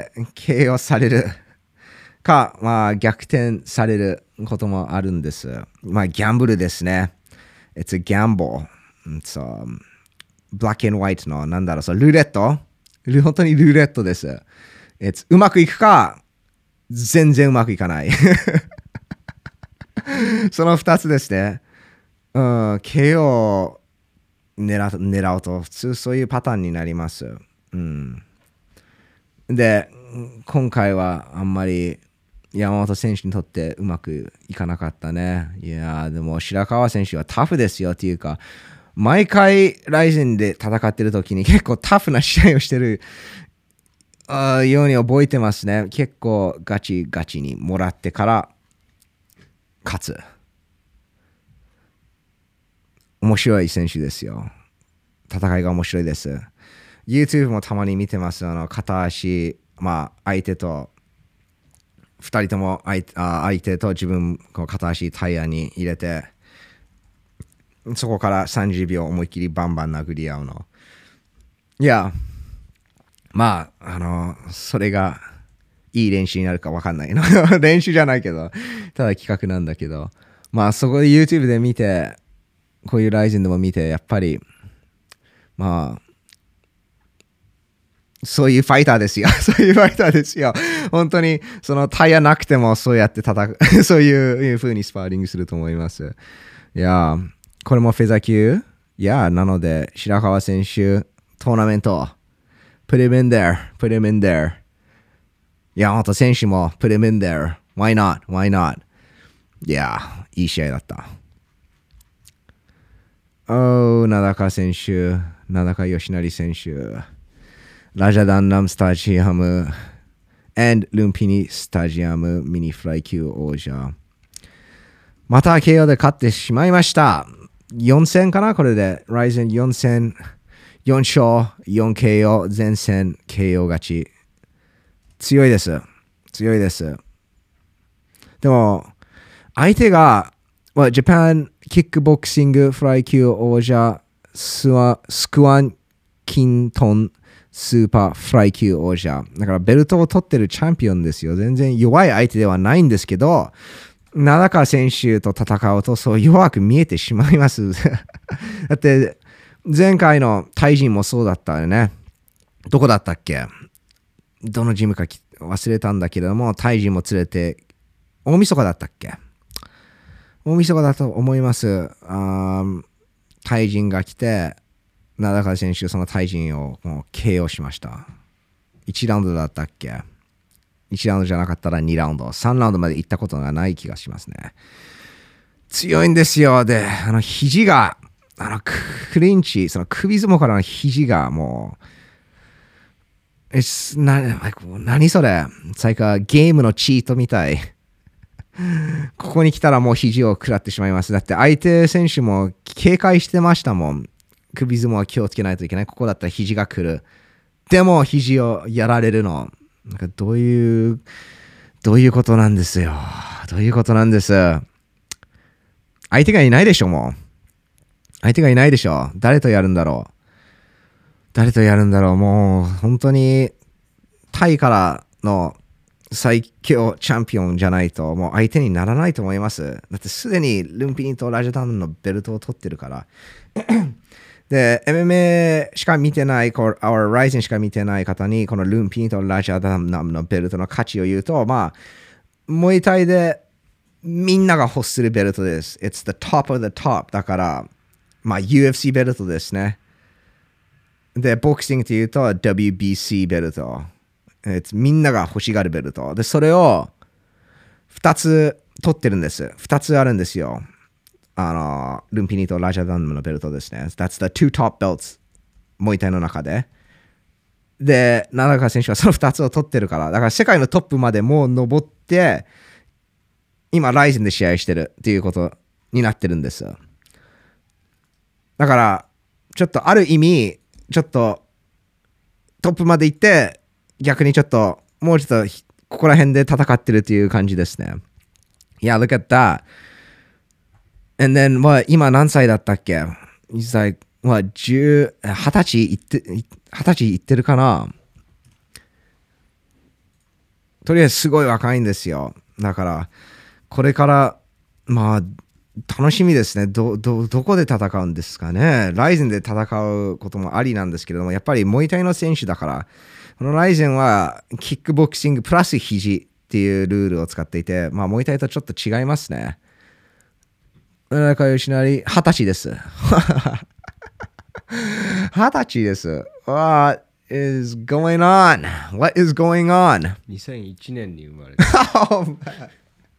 ケーオー される。か、まあ逆転されることもあるんです。まあギャンブルですね。It's a gamble. It's a black and white の、なんだろう、そルーレット本当にルーレットです。It's うまくいくか、全然うまくいかない。そのふたつですね。うん、ケーオー 狙う、狙うと、普通そういうパターンになります。うん。で、 今回はあんまり山本選手にとってうまくいかなかったね。いやー、でも白川選手はタフですよっていうか、毎回ライゼンで戦ってる時に結構タフな試合をしてるあように覚えてますね。結構ガチガチにもらってから勝つ。面白い選手ですよ。戦いが面白いです。YouTube もたまに見てます。あの片足、まあ相手とふたりとも相手、あ相手と自分こう片足タイヤに入れて、そこからさんじゅうびょう思いっきりバンバン殴り合うの。いや、まあ、あの、それがいい練習になるか分かんないの。練習じゃないけど、ただ企画なんだけど、まあそこで YouTube で見て、こういうライゼンでも見て、やっぱり、まあ、そういうファイターですよ。そういうファイターですよ。本当に、そのタイヤなくてもそうやって叩く、そういう風にスパーリングすると思います。いや、これもフェザー級いや、なので、白川選手、トーナメント、put him in there, put him in there. 山本選手も put him in there. Why not? Why not? いや、いい試合だった。おー、名高選手、名高義成選手。ラジャダンナムスタジアム and ルンピニスタジアムミニフライ級王者。また ケーオー で勝ってしまいました。よん戦かなこれで。ライゼンよん戦、よん勝、よんケーオー、全戦 ケーオー 勝ち。強いです。強いです。でも、相手が、well, ジャパンキックボクシングフライ級王者スワスクワンキントンスーパーフライ級王者。だからベルトを取ってるチャンピオンですよ。全然弱い相手ではないんですけど、名高選手と戦うとそう弱く見えてしまいます。だって前回のタイ人もそうだったよね。どこだったっけどのジムか忘れたんだけれども、タイ人も連れて、大晦日だったっけ大晦日だと思います。あタイ人が来て、名高選手、そのタイ人をもう ケーオー しました。いちラウンドだったっけ ?いち ラウンドじゃなかったらにラウンド。さんラウンドまで行ったことがない気がしますね。強いんですよ。で、あの肘が、あのクリンチ、その首相撲からの肘がもう、えな何それ最かゲームのチートみたい。ここに来たらもう肘を食らってしまいます。だって相手選手も警戒してましたもん。首相撲は気をつけないといけない。ここだったら肘が来る。でも肘をやられるの。なんかどういう、どういうことなんですよ。どういうことなんです。相手がいないでしょ、もう。相手がいないでしょ。誰とやるんだろう。誰とやるんだろう。もう本当にタイからの最強チャンピオンじゃないともう相手にならないと思います。だってすでにルンピニとラジャダンのベルトを取ってるから。で、エムエムエー しか見てない、こう、Our Rising しか見てない方に、このルンピニとラジャダンのベルトの価値を言うと、まあ、モイタイでみんなが欲するベルトです。It's the top of the top だから、まあ ユーエフシー ベルトですね。で、ボクシングというと ダブリュービーシー ベルト。みんなが欲しがるベルト。で、それをふたつ取ってるんです。ふたつあるんですよ。あの、ルンピニとラジャダンのベルトですね。That's the two top belts。モイタイの中で。で、名高選手はそのふたつを取ってるから。だから世界のトップまでもう登って、今、ライゼンで試合してるっていうことになってるんです。だから、ちょっとある意味、ちょっとトップまで行って、逆にちょっと、もうちょっとここら辺で戦ってるっていう感じですね。いや、look at that。And then, what, 今何歳だったっけ ?He's like, what, 十、二十歳いって、二十歳いってるかなとりあえずすごい若いんですよ。だから、これから、まあ、楽しみですね。ど、ど、どこで戦うんですかね。ライゼンで戦うこともありなんですけれども、やっぱりモイタイの選手だから、このライゼンはキックボクシングプラス肘っていうルールを使っていて、まあ、モイタイとちょっと違いますね。中吉成、二十歳です。二十歳です。わあ、 is going on? What is going on? にせんいちねんに生まれた。 Oh man.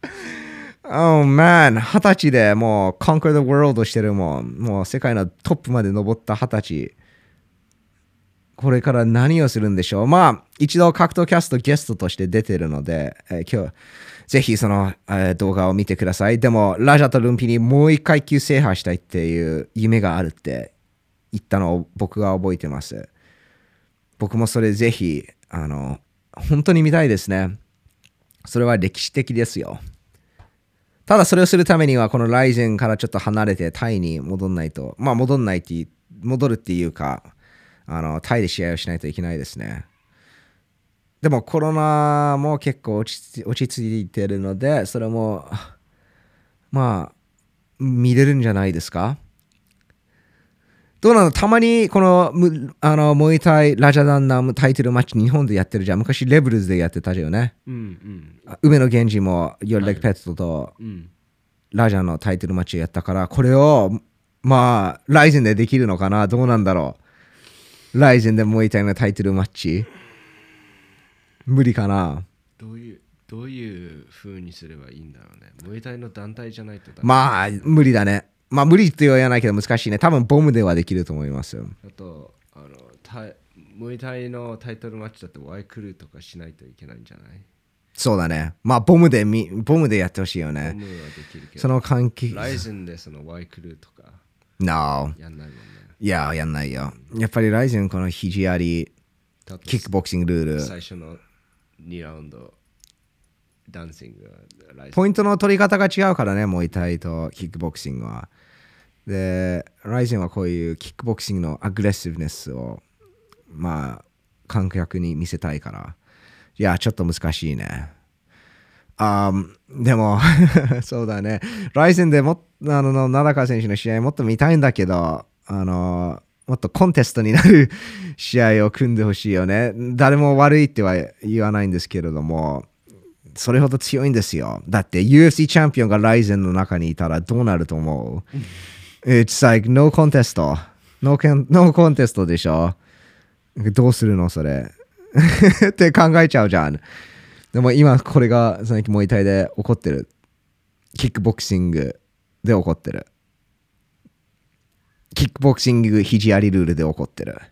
Oh man. 二十歳でもう Conquer the World をしてるもん。もう世界のトップまで登った二十歳。これから何をするんでしょう。まあ、一度格闘キャストゲストとして出てるので、えー今日、ぜひその、えー動画を見てください。でも、ラジャとルンピにもう一階級制覇したいっていう夢があるって言ったのを僕が覚えてます。僕もそれぜひ、あの、本当に見たいですね。それは歴史的ですよ。ただそれをするためには、このライゼンからちょっと離れてタイに戻んないと、まあ戻んないっていう、戻るっていうか、あの、タイで試合をしないといけないですね。でもコロナも結構落ち着落ち着いてるので、それも、まあ、見れるんじゃないですか。どうなのたまにこの、むあの、モイタイ、ラジャダンナムタイトルマッチ日本でやってるじゃん。昔レブルズでやってたじゃんね。 うんうんあ梅野源氏もヨルレクペットとうん。 ラジャのタイトルマッチをやったから、これを、まあ、ライゼンでできるのかなどうなんだろうライゼンでモイタイのタイトルマッチ無理かなどういうどういう風にすればいいんだろうね。ムエタイの団体じゃないとダメ。 まあ、無理だね。まあ、無理っては言わないけど難しいね。多分ボムではできると思いますよ。 あと、あのタイムエタイのタイトルマッチだってワイクルーとかしないといけないんじゃない？ そうだね。まあ、ボムでみ、ボムでやってほしいよボね。 ムはできるけど、 その関係。 ライゼンでそのワイクルーとか No。 やんないもんね。 いや、やんないよ。やっぱりライゼンこの肘あり、 だとキックボクシングルール。 最初のにラウンド、ダンシングはライゼン。 ポイントの取り方が違うからね、モイタイとキックボクシングは。で、ライゼンはこういうキックボクシングのアグレッシブネスを、まあ、観客に見せたいから。いや、ちょっと難しいね。あでも、そうだね。ライゼンでもっあの、名高選手の試合もっと見たいんだけど、あの、もっとコンテストになる試合を組んでほしいよね。誰も悪いっては言わないんですけれども、それほど強いんですよ。だって ユーエフシー チャンピオンがライゼンの中にいたらどうなると思う ?It's like no contest. No, no contest でしょどうするのそれって考えちゃうじゃん。でも今これが最近モイタイで起こってる。キックボクシングで起こってる。キックボクシング肘ありルールで起こってる。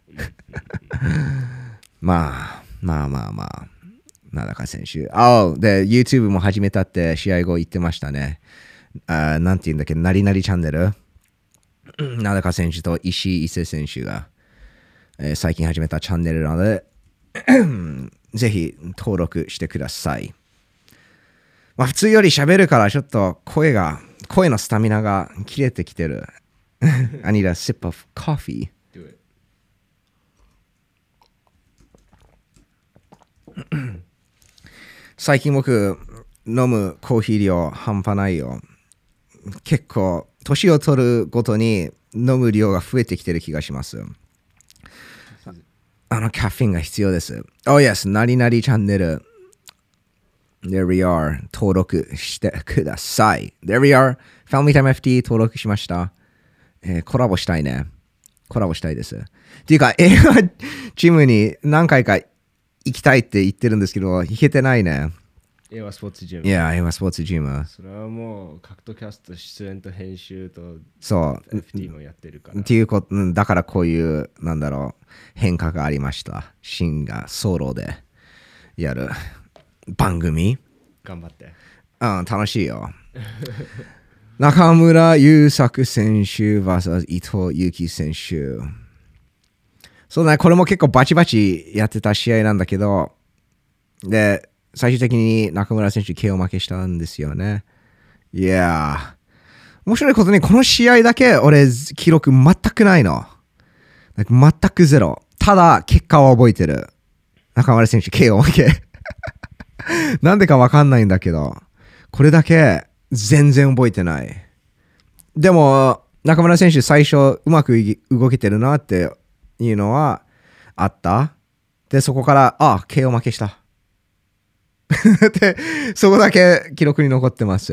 まあ、まあまあまあ。名高選手。ああ、で、YouTube も始めたって試合後言ってましたね。あなんて言うんだっけ、なりなりチャンネル。名高選手と石井伊勢選手が、えー最近始めたチャンネルなので、ぜひ登録してください。まあ普通より喋るからちょっと声が、声のスタミナが切れてきてる。I need a sip of coffee. Do it. 最近僕飲むコーヒー量半端ないよ。結構年を取るごとに飲む量が増えてきてる気がします。あのカフェインが必要です。Oh yes、なりなりチャンネル。There we are。登録してください。There we are。ファミリータイム エフティー 登録しました。えーコラボしたいね。コラボしたいです。っていうか、映画チームに何回か行きたいって言ってるんですけど、行けてないね。 エワスポーツジム。 いや、映画スポーツジム。 それはもう、格闘キャスト出演と編集とそう。 エフティー もやってるから。 っていうこと、うんだからこういう、なんだろう、変化がありました。シンがソロでやる番組。 頑張って。 うん、楽しいよ。中村優作選手 ブイエス 伊藤有希選手。そうだね、これも結構バチバチやってた試合なんだけど、で、最終的に中村選手 ケーオー 負けしたんですよね。いやー、面白いことにこの試合だけ俺記録全くないの。全くゼロ。ただ結果は覚えてる。中村選手 ケーオー 負け。なんでかわかんないんだけど、これだけ全然覚えてない。でも、中村選手最初うまく動けてるなっていうのはあった。で、そこから、あ、ケーオー 負けした。で、そこだけ記録に残ってます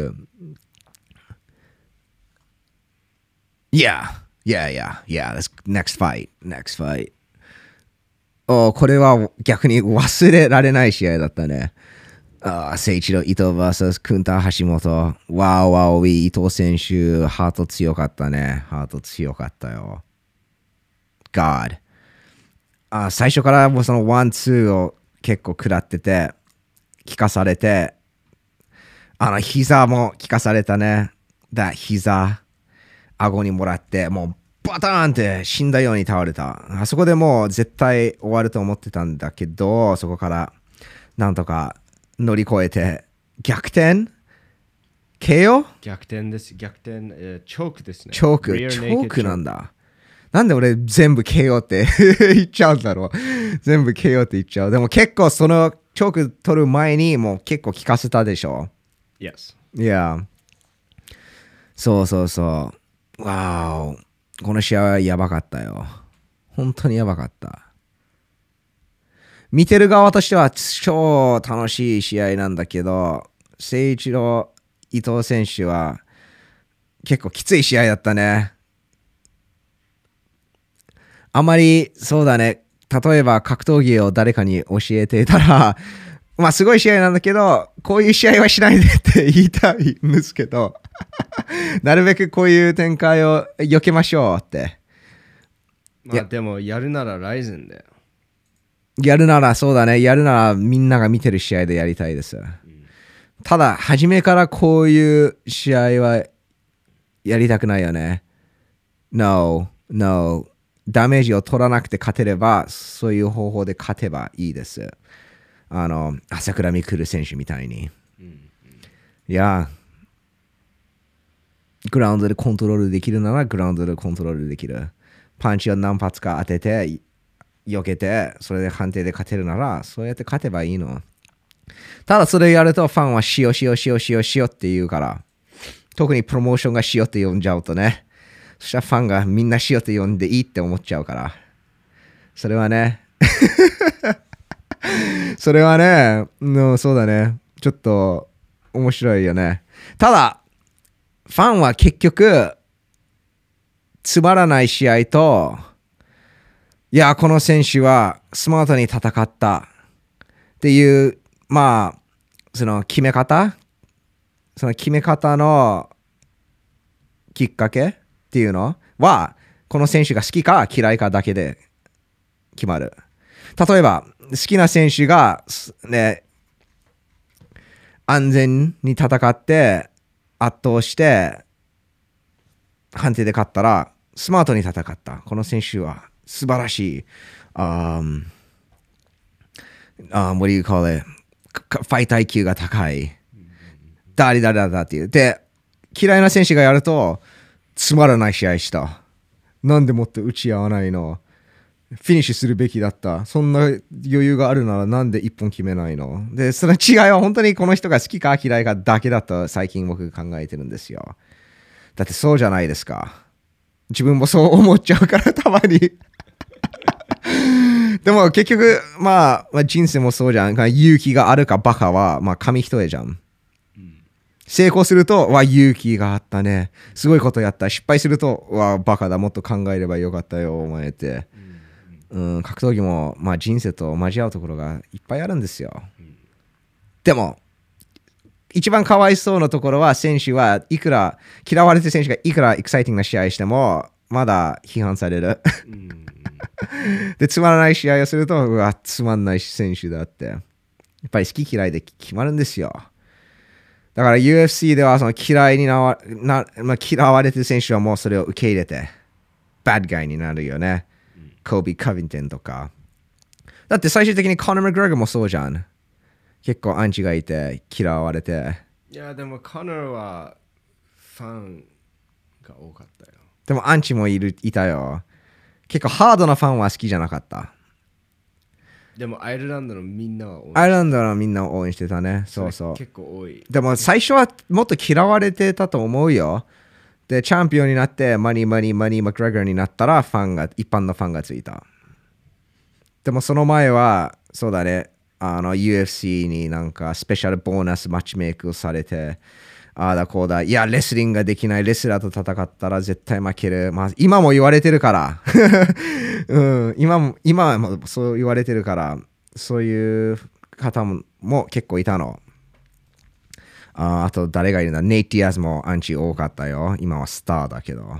。Yeah, yeah, yeah, yeah, that's next fight, next fight. おこれは逆に忘れられない試合だったね。あ聖一郎、伊藤 ブイエス クンタ橋本。わーわーウィー、伊藤選手、ハート強かったね。ハート強かったよ。God。あ最初からもうそのワン、ツーを結構食らってて、聞かされて、あの膝も聞かされたね。だ、膝、顎にもらって、もうバターンって死んだように倒れた。あそこでもう絶対終わると思ってたんだけど、そこからなんとか乗り越えて、逆転 ケーオー? 逆転です。逆転、えーチョークですね。 チョーク、 Rear チ naked ョークなんだ。なんで俺全部 ケーオー って言っちゃうんだろう。全部 ケーオー って言っちゃう。でも結構そのチョーク取る前にもう結構聞かせたでしょ。 Yes。 いや。そうそうそう。わーお。この試合はやばかったよ。本当にやばかった。見てる側としては超楽しい試合なんだけど、誠一郎、伊藤選手は結構きつい試合だったね。あまりそうだね。例えば格闘技を誰かに教えていたら、まあすごい試合なんだけど、こういう試合はしないでって言いたいんですけど、なるべくこういう展開を避けましょうって。 まあでもやるならライゼンだよ。 やるならそうだね。やるならみんなが見てる試合でやりたいです。うん、ただ、初めからこういう試合はやりたくないよね。No, no. ダメージを取らなくて勝てれば、そういう方法で勝てばいいです。あの、朝倉未来選手みたいに。うんうん、いや、グラウンドでコントロールできるならグラウンドでコントロールできる。パンチを何発か当てて、避けて、それで判定で勝てるなら、そうやって勝てばいいの。ただそれやるとファンはしよしよしよしよしよって言うから、特にプロモーションがしよって呼んじゃうとね、そしたらファンがみんなしよって呼んでいいって思っちゃうから、それはね、それはね、のそうだね、ちょっと面白いよね。ただ、ファンは結局、つまらない試合と、いや、この選手はスマートに戦ったっていう、まあ、その決め方その決め方のきっかけっていうのは、この選手が好きか嫌いかだけで決まる。例えば、好きな選手が、ね、安全に戦って圧倒して判定で勝ったら、スマートに戦った。この選手は素晴らしい。Um, um, what do you call it? ファイト アイキュー が高い。誰々だだっていう。で、嫌いな選手がやると、つまらない試合した。なんでもっと打ち合わないの？フィニッシュするべきだった。そんな余裕があるならなんで一本決めないの？で、その違いは本当にこの人が好きか嫌いかだけだと最近僕考えてるんですよ。だってそうじゃないですか。自分もそう思っちゃうからたまに。でも結局、まあ、まあ、人生もそうじゃん。勇気があるかバカは、まあ、紙一重じゃん。うん、成功すると、わ、勇気があったね。すごいことやった。失敗すると、わ、バカだ。もっと考えればよかったよ、お前って。うん、うん、格闘技も、まあ、人生と交わうところがいっぱいあるんですよ。うん、でも、一番かわいそうなところは、選手はいくら、嫌われてる選手がいくらエキサイティングな試合しても、まだ批判される。うんで、つまらない試合をすると、うわ、つまんない選手だって。やっぱり好き嫌いで決まるんですよ。だから ユーエフシー ではその嫌いになわな、まあ、嫌われてる選手はもうそれを受け入れて、バッドガイになるよね。コービー・カビンテンとか。だって最終的にコナー・マクグレガーもそうじゃん。結構アンチがいて、嫌われて。 いや、でもコナーはファンが多かったよ。 でもアンチもいるいたよ。結構ハードなファンは好きじゃなかった。 でもアイルランドのみんなは応援してた。アイルランドのみんなを応援してたね。そうそう。 結構多い。 でも最初はもっと嫌われてたと思うよ。で、チャンピオンになってマニーマニーマニーマクレガーになったらファンが、一般のファンがついた。でもその前は、そうだね、あの ユーエフシー になんかスペシャルボーナスマッチメイクをされて、 ああだこうだ、いや、レスリングができない、レスラーと戦ったら絶対負ける。まあ、今も言われてるから、うん、今も、今もそう言われてるから、そういう方もも結構いたの。あ, あと誰がいるんだ、ネイティアズもアンチ多かったよ。今はスターだけど。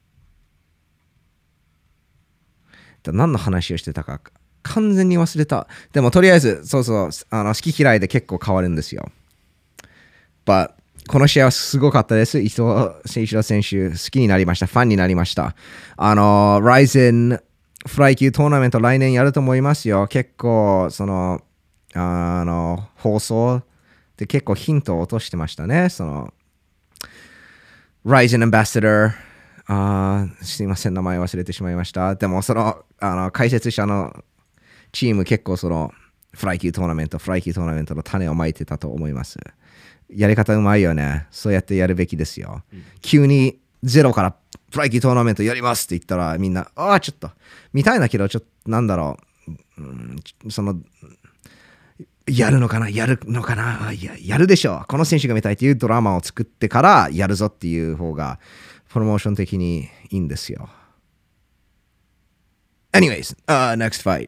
何の話をしてたか完全に忘れた。でもとりあえず、そうそう、あの好き嫌いで結構変わるんですよ。But この試合はすごかったです。伊藤選手選手好きになりました。ファンになりました。あの、ライゼンフライ級トーナメント来年やると思いますよ。結構、その、あの、放送で結構ヒントを落としてましたね。その、ライゼンアンバサダー、あすいません、名前忘れてしまいました。でも、その、あの解説者のチーム結構その、フライ級トーナメント、フライ級トーナメントの種をまいてたと思います。やり方うまいよね。そうやってやるべきですよ。うん、急にゼロからフライ級トーナメントやりますって言ったらみんな、ああ、ちょっと、見たいんだけど、ちょっと、なんだろう、うん、その、やるのかなやるのかなややるでしょう。この選手が見たいっていうドラマを作ってからやるぞっていう方が、プロモーション的にいいんですよ。Anyways,、uh, next fight.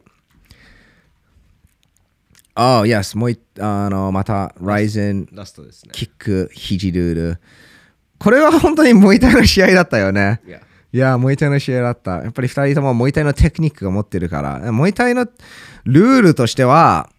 Oh, yes. もういあのまた、ライゼン、 ラストですね。 キック、肘ルール。これは本当にモイタイの試合だったよね。 Yeah. いや、モイタイの試合だった。やっぱりふたりともモイタイのテクニックが持ってるから。モイタイのルールとしては、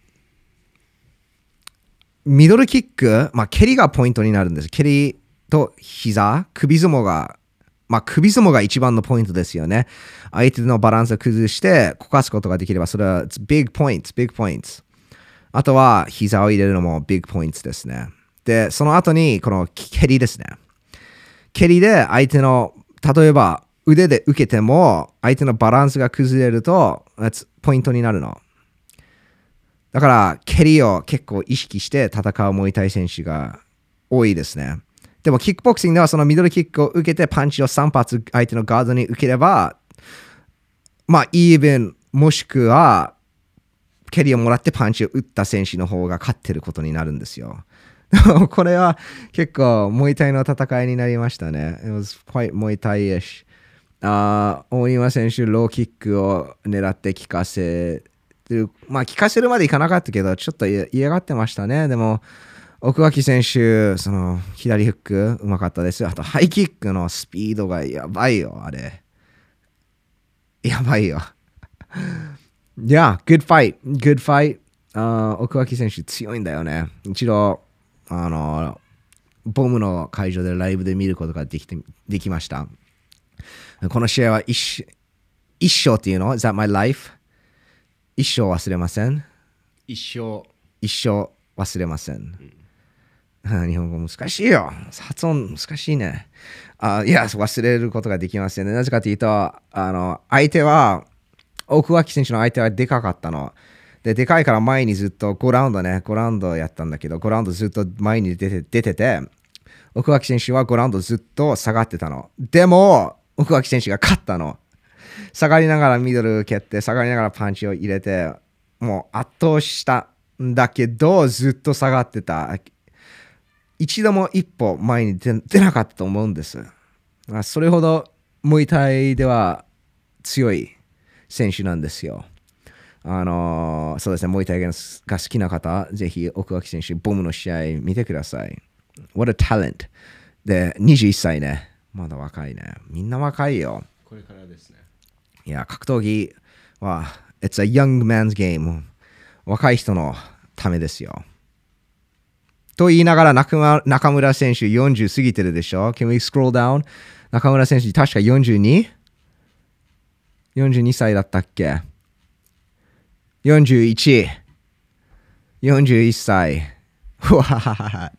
ミドルキック、まあ、蹴りがポイントになるんです。蹴りと膝、首相撲が、まあ、首相撲が一番のポイントですよね。相手のバランスを崩して、こかすことができれば、それは、big points, big points。あとは膝を入れるのもビッグポイントですね。で、その後にこの蹴りですね。蹴りで相手の、例えば腕で受けても相手のバランスが崩れるとポイントになるの。だから蹴りを結構意識して戦うモイタイ選手が多いですね。でもキックボクシングではそのミドルキックを受けてパンチをさん発相手のガードに受ければ、まあイーブンもしくは蹴りをもらってパンチを打った選手の方が勝ってることになるんですよ。これは結構モイタイの戦いになりましたね。It was quite モイタイ ish。あ大庭選手、ローキックを狙って効かせる。まあ効かせるまでいかなかったけど、ちょっと嫌がってましたね。でも、奥脇選手、その左フックうまかったです。あとハイキックのスピードがやばいよ、あれ。やばいよ。Yeah, good fight. Good fight. あ奥脇選手強いんだよね。一度、あの、ボムの会場でライブで見ることができてできました。この試合は一一生っていうの Is that my life? 一生忘れません。 一生。 一生忘れません。うん、日本語難しいよ。発音難しいね。あいや、忘れることができませんね。なぜかというと、あの相手は、奥脇選手の相手はでかかったの。で、でかいから前にずっとごラウンドね、ごラウンドやったんだけど、ごラウンドずっと前に出て出てて、奥脇選手はごラウンドずっと下がってたの。でも、奥脇選手が勝ったの。下がりながらミドル蹴って、下がりながらパンチを入れて、もう圧倒したんだけど、ずっと下がってた。一度も一歩前に 出, 出なかったと思うんです。それほど、ムイタイでは強い選手なんですよ。あのー、そうですね、モイタイが好きな方、ぜひ奥脇選手、ボムの試合見てください。What a talent! で、にじゅういっさいね。まだ若いね。みんな若いよ。 これからですね。 いや、格闘技は、It's a young man's game. 若い人のためですよ。と言いながら中村、中村選手よんじゅう過ぎてるでしょ ?Can we scroll down? 中村選手、確か よんじゅうに?よんじゅうに 歳だったっけ ?よんじゅういち。よんじゅういっさい。What?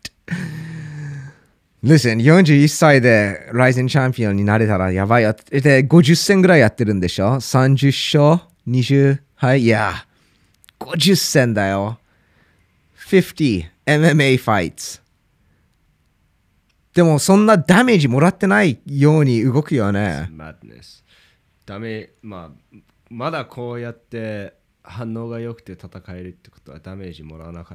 Listen, よんじゅういっさいでライゼンチャンピオンになれたらやばいよ。で、ごじゅっ戦ぐらいやってるんでしょ ?さんじゅっ勝 ?にじゅう? はい、いや。ごじゅっ戦だよ。ごじゅう エムエムエー ファイト。でもそんなダメージもらってないように動くよね。 Madness。ダメ、まあ、まだこうやって反応が良くて戦えるってことはダメージもらわなかったって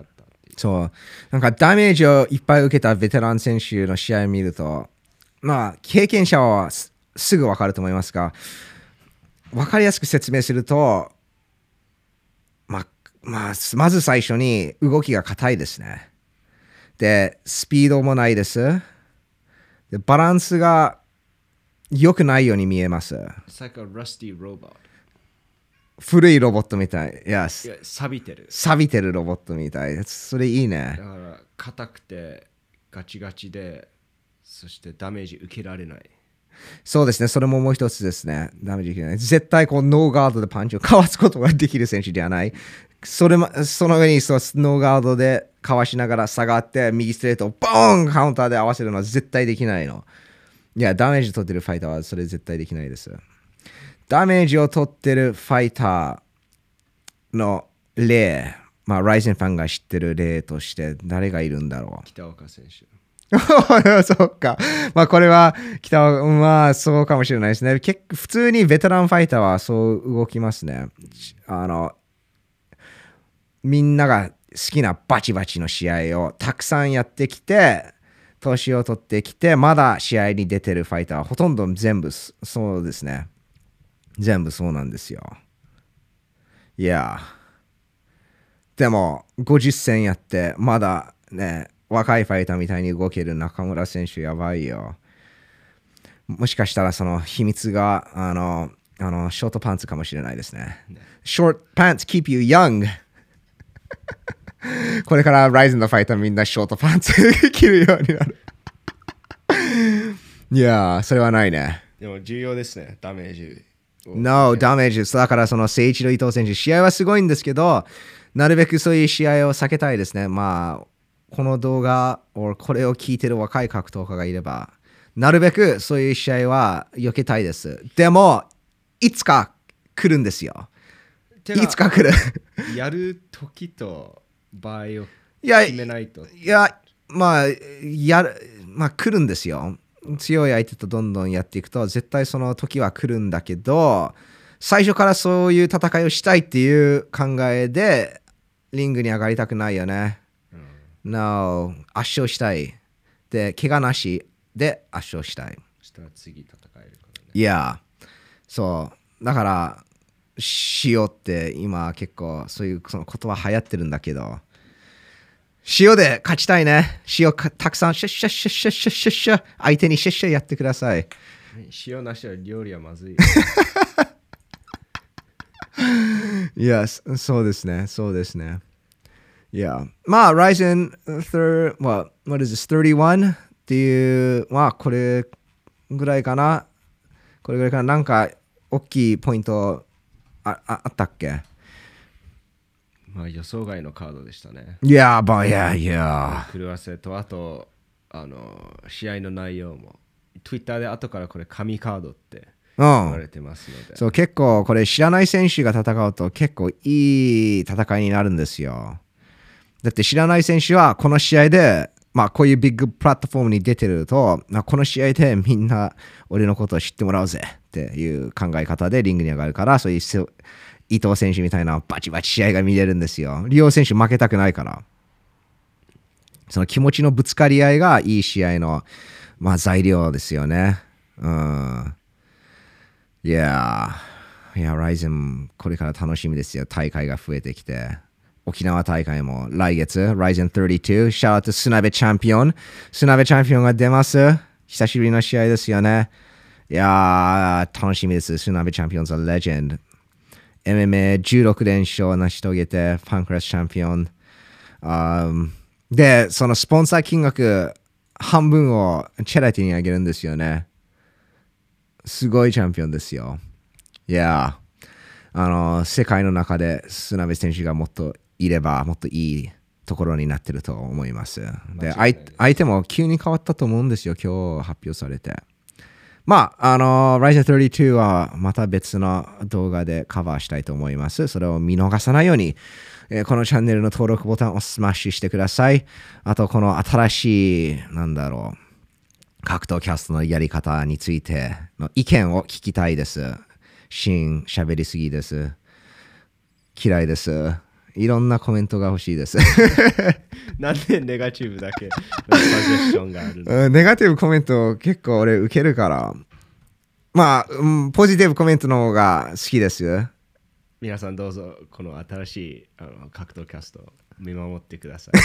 そう。なんかダメージをいっぱい受けたベテラン選手の試合を見ると、まあ、経験者は す, すぐ分かると思いますが、分かりやすく説明すると、まあ、まあ、まず最初に動きが硬いですね。で、スピードもないです。で、バランスが良くないように見えます。 It's like a rusty robot. 古いロボットみたい。Yes. いや、錆びてる。 錆びてるロボットみたい。それいいねだ。から硬くてガチガチで、そしてダメージ受けられない。 そうですね。それももう一つですね。ダメージ受けない。絶対こうノーガードでパンチをかわすことができる選手ではない。それもその上にそうノーガードでかわしながら下がって右ストレートをボーンカウンターで合わせるのは絶対できないの。いや、ダメージ取ってるファイターはそれ絶対できないです。ダメージを取ってるファイターの例、まあ、ライゼンファンが知ってる例として誰がいるんだろう。 北岡選手。 そうか。まあこれは北岡、まあそうかもしれないですね。結構普通にベテランファイターはそう動きますね。あの、みんなが好きなバチバチの試合をたくさんやってきて、年を取ってきて、まだ試合に出てるファイターはほとんど全部そうですね。全部そうなんですよ。いや。でも、ごじゅっ戦やって、まだね、若いファイターみたいに動ける中村選手やばいよ。もしかしたらその秘密が、あの、あのショートパンツかもしれないですね。Short pants keep you young これからライズンのファイターみんなショートパンツ着るようになるいやー、それはないね。 でも重要ですね、ダメージ。 No, ダメージ。だからその誠一郎伊藤選手、試合はすごいんですけど、なるべくそういう試合を避けたいですね。まあ、この動画、or これを聞いてる若い格闘家がいれば、なるべくそういう試合は避けたいです。でも、いつか来るんですよ。いつか来るやる時と場合をいや、 決めないと。 いや、まあ、やる、まあ来るんですよ。強い相手とどんどんやっていくと、絶対その時は来るんだけど、最初からそういう戦いをしたいっていう考えで、リングに上がりたくないよね。うん、no、圧勝したい。で、怪我なしで圧勝したい。 したら次戦えるからね。 いや、そう。だから、塩って今結構そういうその言葉流行ってるんだけど、塩で勝ちたいね。塩かたくさんシャッシャッシャッシャッシャッシャッシャッ相手にシャッシャッやってください。 塩なしは料理はまずい。 いや、そうですね。そうですね。いや、まあ、Ryzen 3、what, what is this, さんじゅういちっていう、まあ、これぐらいかな。これぐらいかな。なんか、大きいポイントあ、あ、あったっけ？ まあ予想外のカードでしたね。 いや、まあ、いや、いや。 狂わせと、あと、あの、試合の内容も、Twitter で後からこれ神カードって言われてますので。 うん、そう、結構これ知らない選手が戦うと結構いい戦いになるんですよ。だって知らない選手はこの試合で、まあこういうビッグプラットフォームに出てると、まあ、この試合でみんな俺のことを知ってもらうぜっていう考え方でリングに上がるから、そういう伊藤選手みたいなバチバチ試合が見れるんですよ。リオ選手負けたくないから。その気持ちのぶつかり合いがいい試合の、まあ、材料ですよね。うん。いやー、いや、ライゼン、これから楽しみですよ。大会が増えてきて。沖縄大会も来月、ライゼンさんじゅうに、シャワーとスナベチャンピオン。スナベチャンピオンが出ます。久しぶりの試合ですよね。いやー、楽しみです。スナベチャンピオンズはレジェンド。エムエムエーじゅうろく連勝を成し遂げて、ファンクラスチャンピオン。Um, で、そのスポンサー金額半分をチャリティーにあげるんですよね。すごいチャンピオンですよ。いや、あの、世界の中でスナベ選手がもっといれば、もっといいところになってると思います。で、相, 相手も急に変わったと思うんですよ、今日発表されて。まあ、あの、ライゼンさんじゅうにはまた別の動画でカバーしたいと思います。それを見逃さないように、えー、このチャンネルの登録ボタンをスマッシュしてください。あと、この新しい、なんだろう、格闘キャストのやり方についての意見を聞きたいです。シーン、喋りすぎです。嫌いです。 いろんなコメントが欲しいです。 なんでネガティブだけサジェスションがあるの？ ネガティブコメント結構俺受けるから。まあ、うん、ポジティブコメントの方が好きです。 皆さんどうぞこの新しいあの格闘キャストを見守ってください。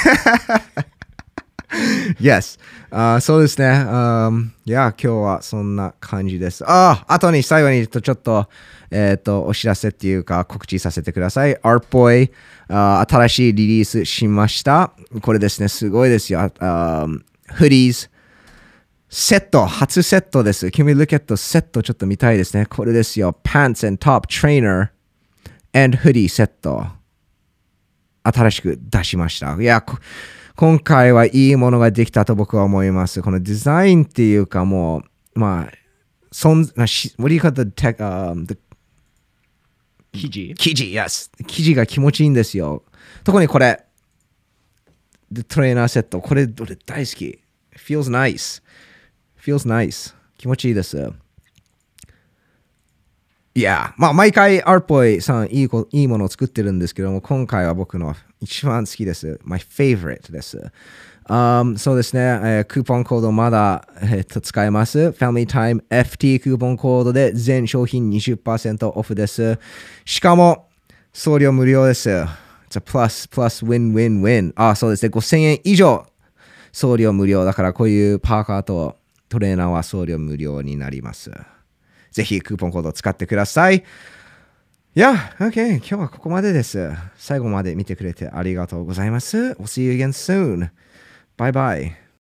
Yes、uh, そうですね。Um, いや、今日はそんな感じです。ああ、あとに最後にちょっと、えっ、ー、と、お知らせっていうか告知させてください。Artboy、uh, 新しいリリースしました。これですね、すごいですよ。Um, Hoodies、セット、初セットです。Can we look at the セットちょっと見たいですね。これですよ。Pants and Top Trainer and Hoodie セット。新しく出しました。いや、今回はいいものができたと僕は思います。このデザインっていうかもう、まあ、そんな、what do you call the tech、um, the 生地生地、yes。生地が気持ちいいんですよ。特にこれ、トレーナーセット。これ、俺大好き。feels nice.feels nice. 気持ちいいです。いや、まあ、毎回、アーポイさんいいこ、いいものを作ってるんですけども、今回は僕の一番好きです。my favorite です。Um, そうですね、えー、クーポンコードまだ、えー、と使えます。Family Time エフティー クーポンコードで全商品 にじゅっパーセント オフです。しかも、送料無料です。It's a plus, plus, win, win, win. あ、そうですね、ごせんえん以上送料無料だから、こういうパーカーとトレーナーは送料無料になります。ぜひクーポンコードを使ってください。いや、OK。今日はここまでです。最後まで見てくれてありがとうございます。We'll see you again soon. Bye bye.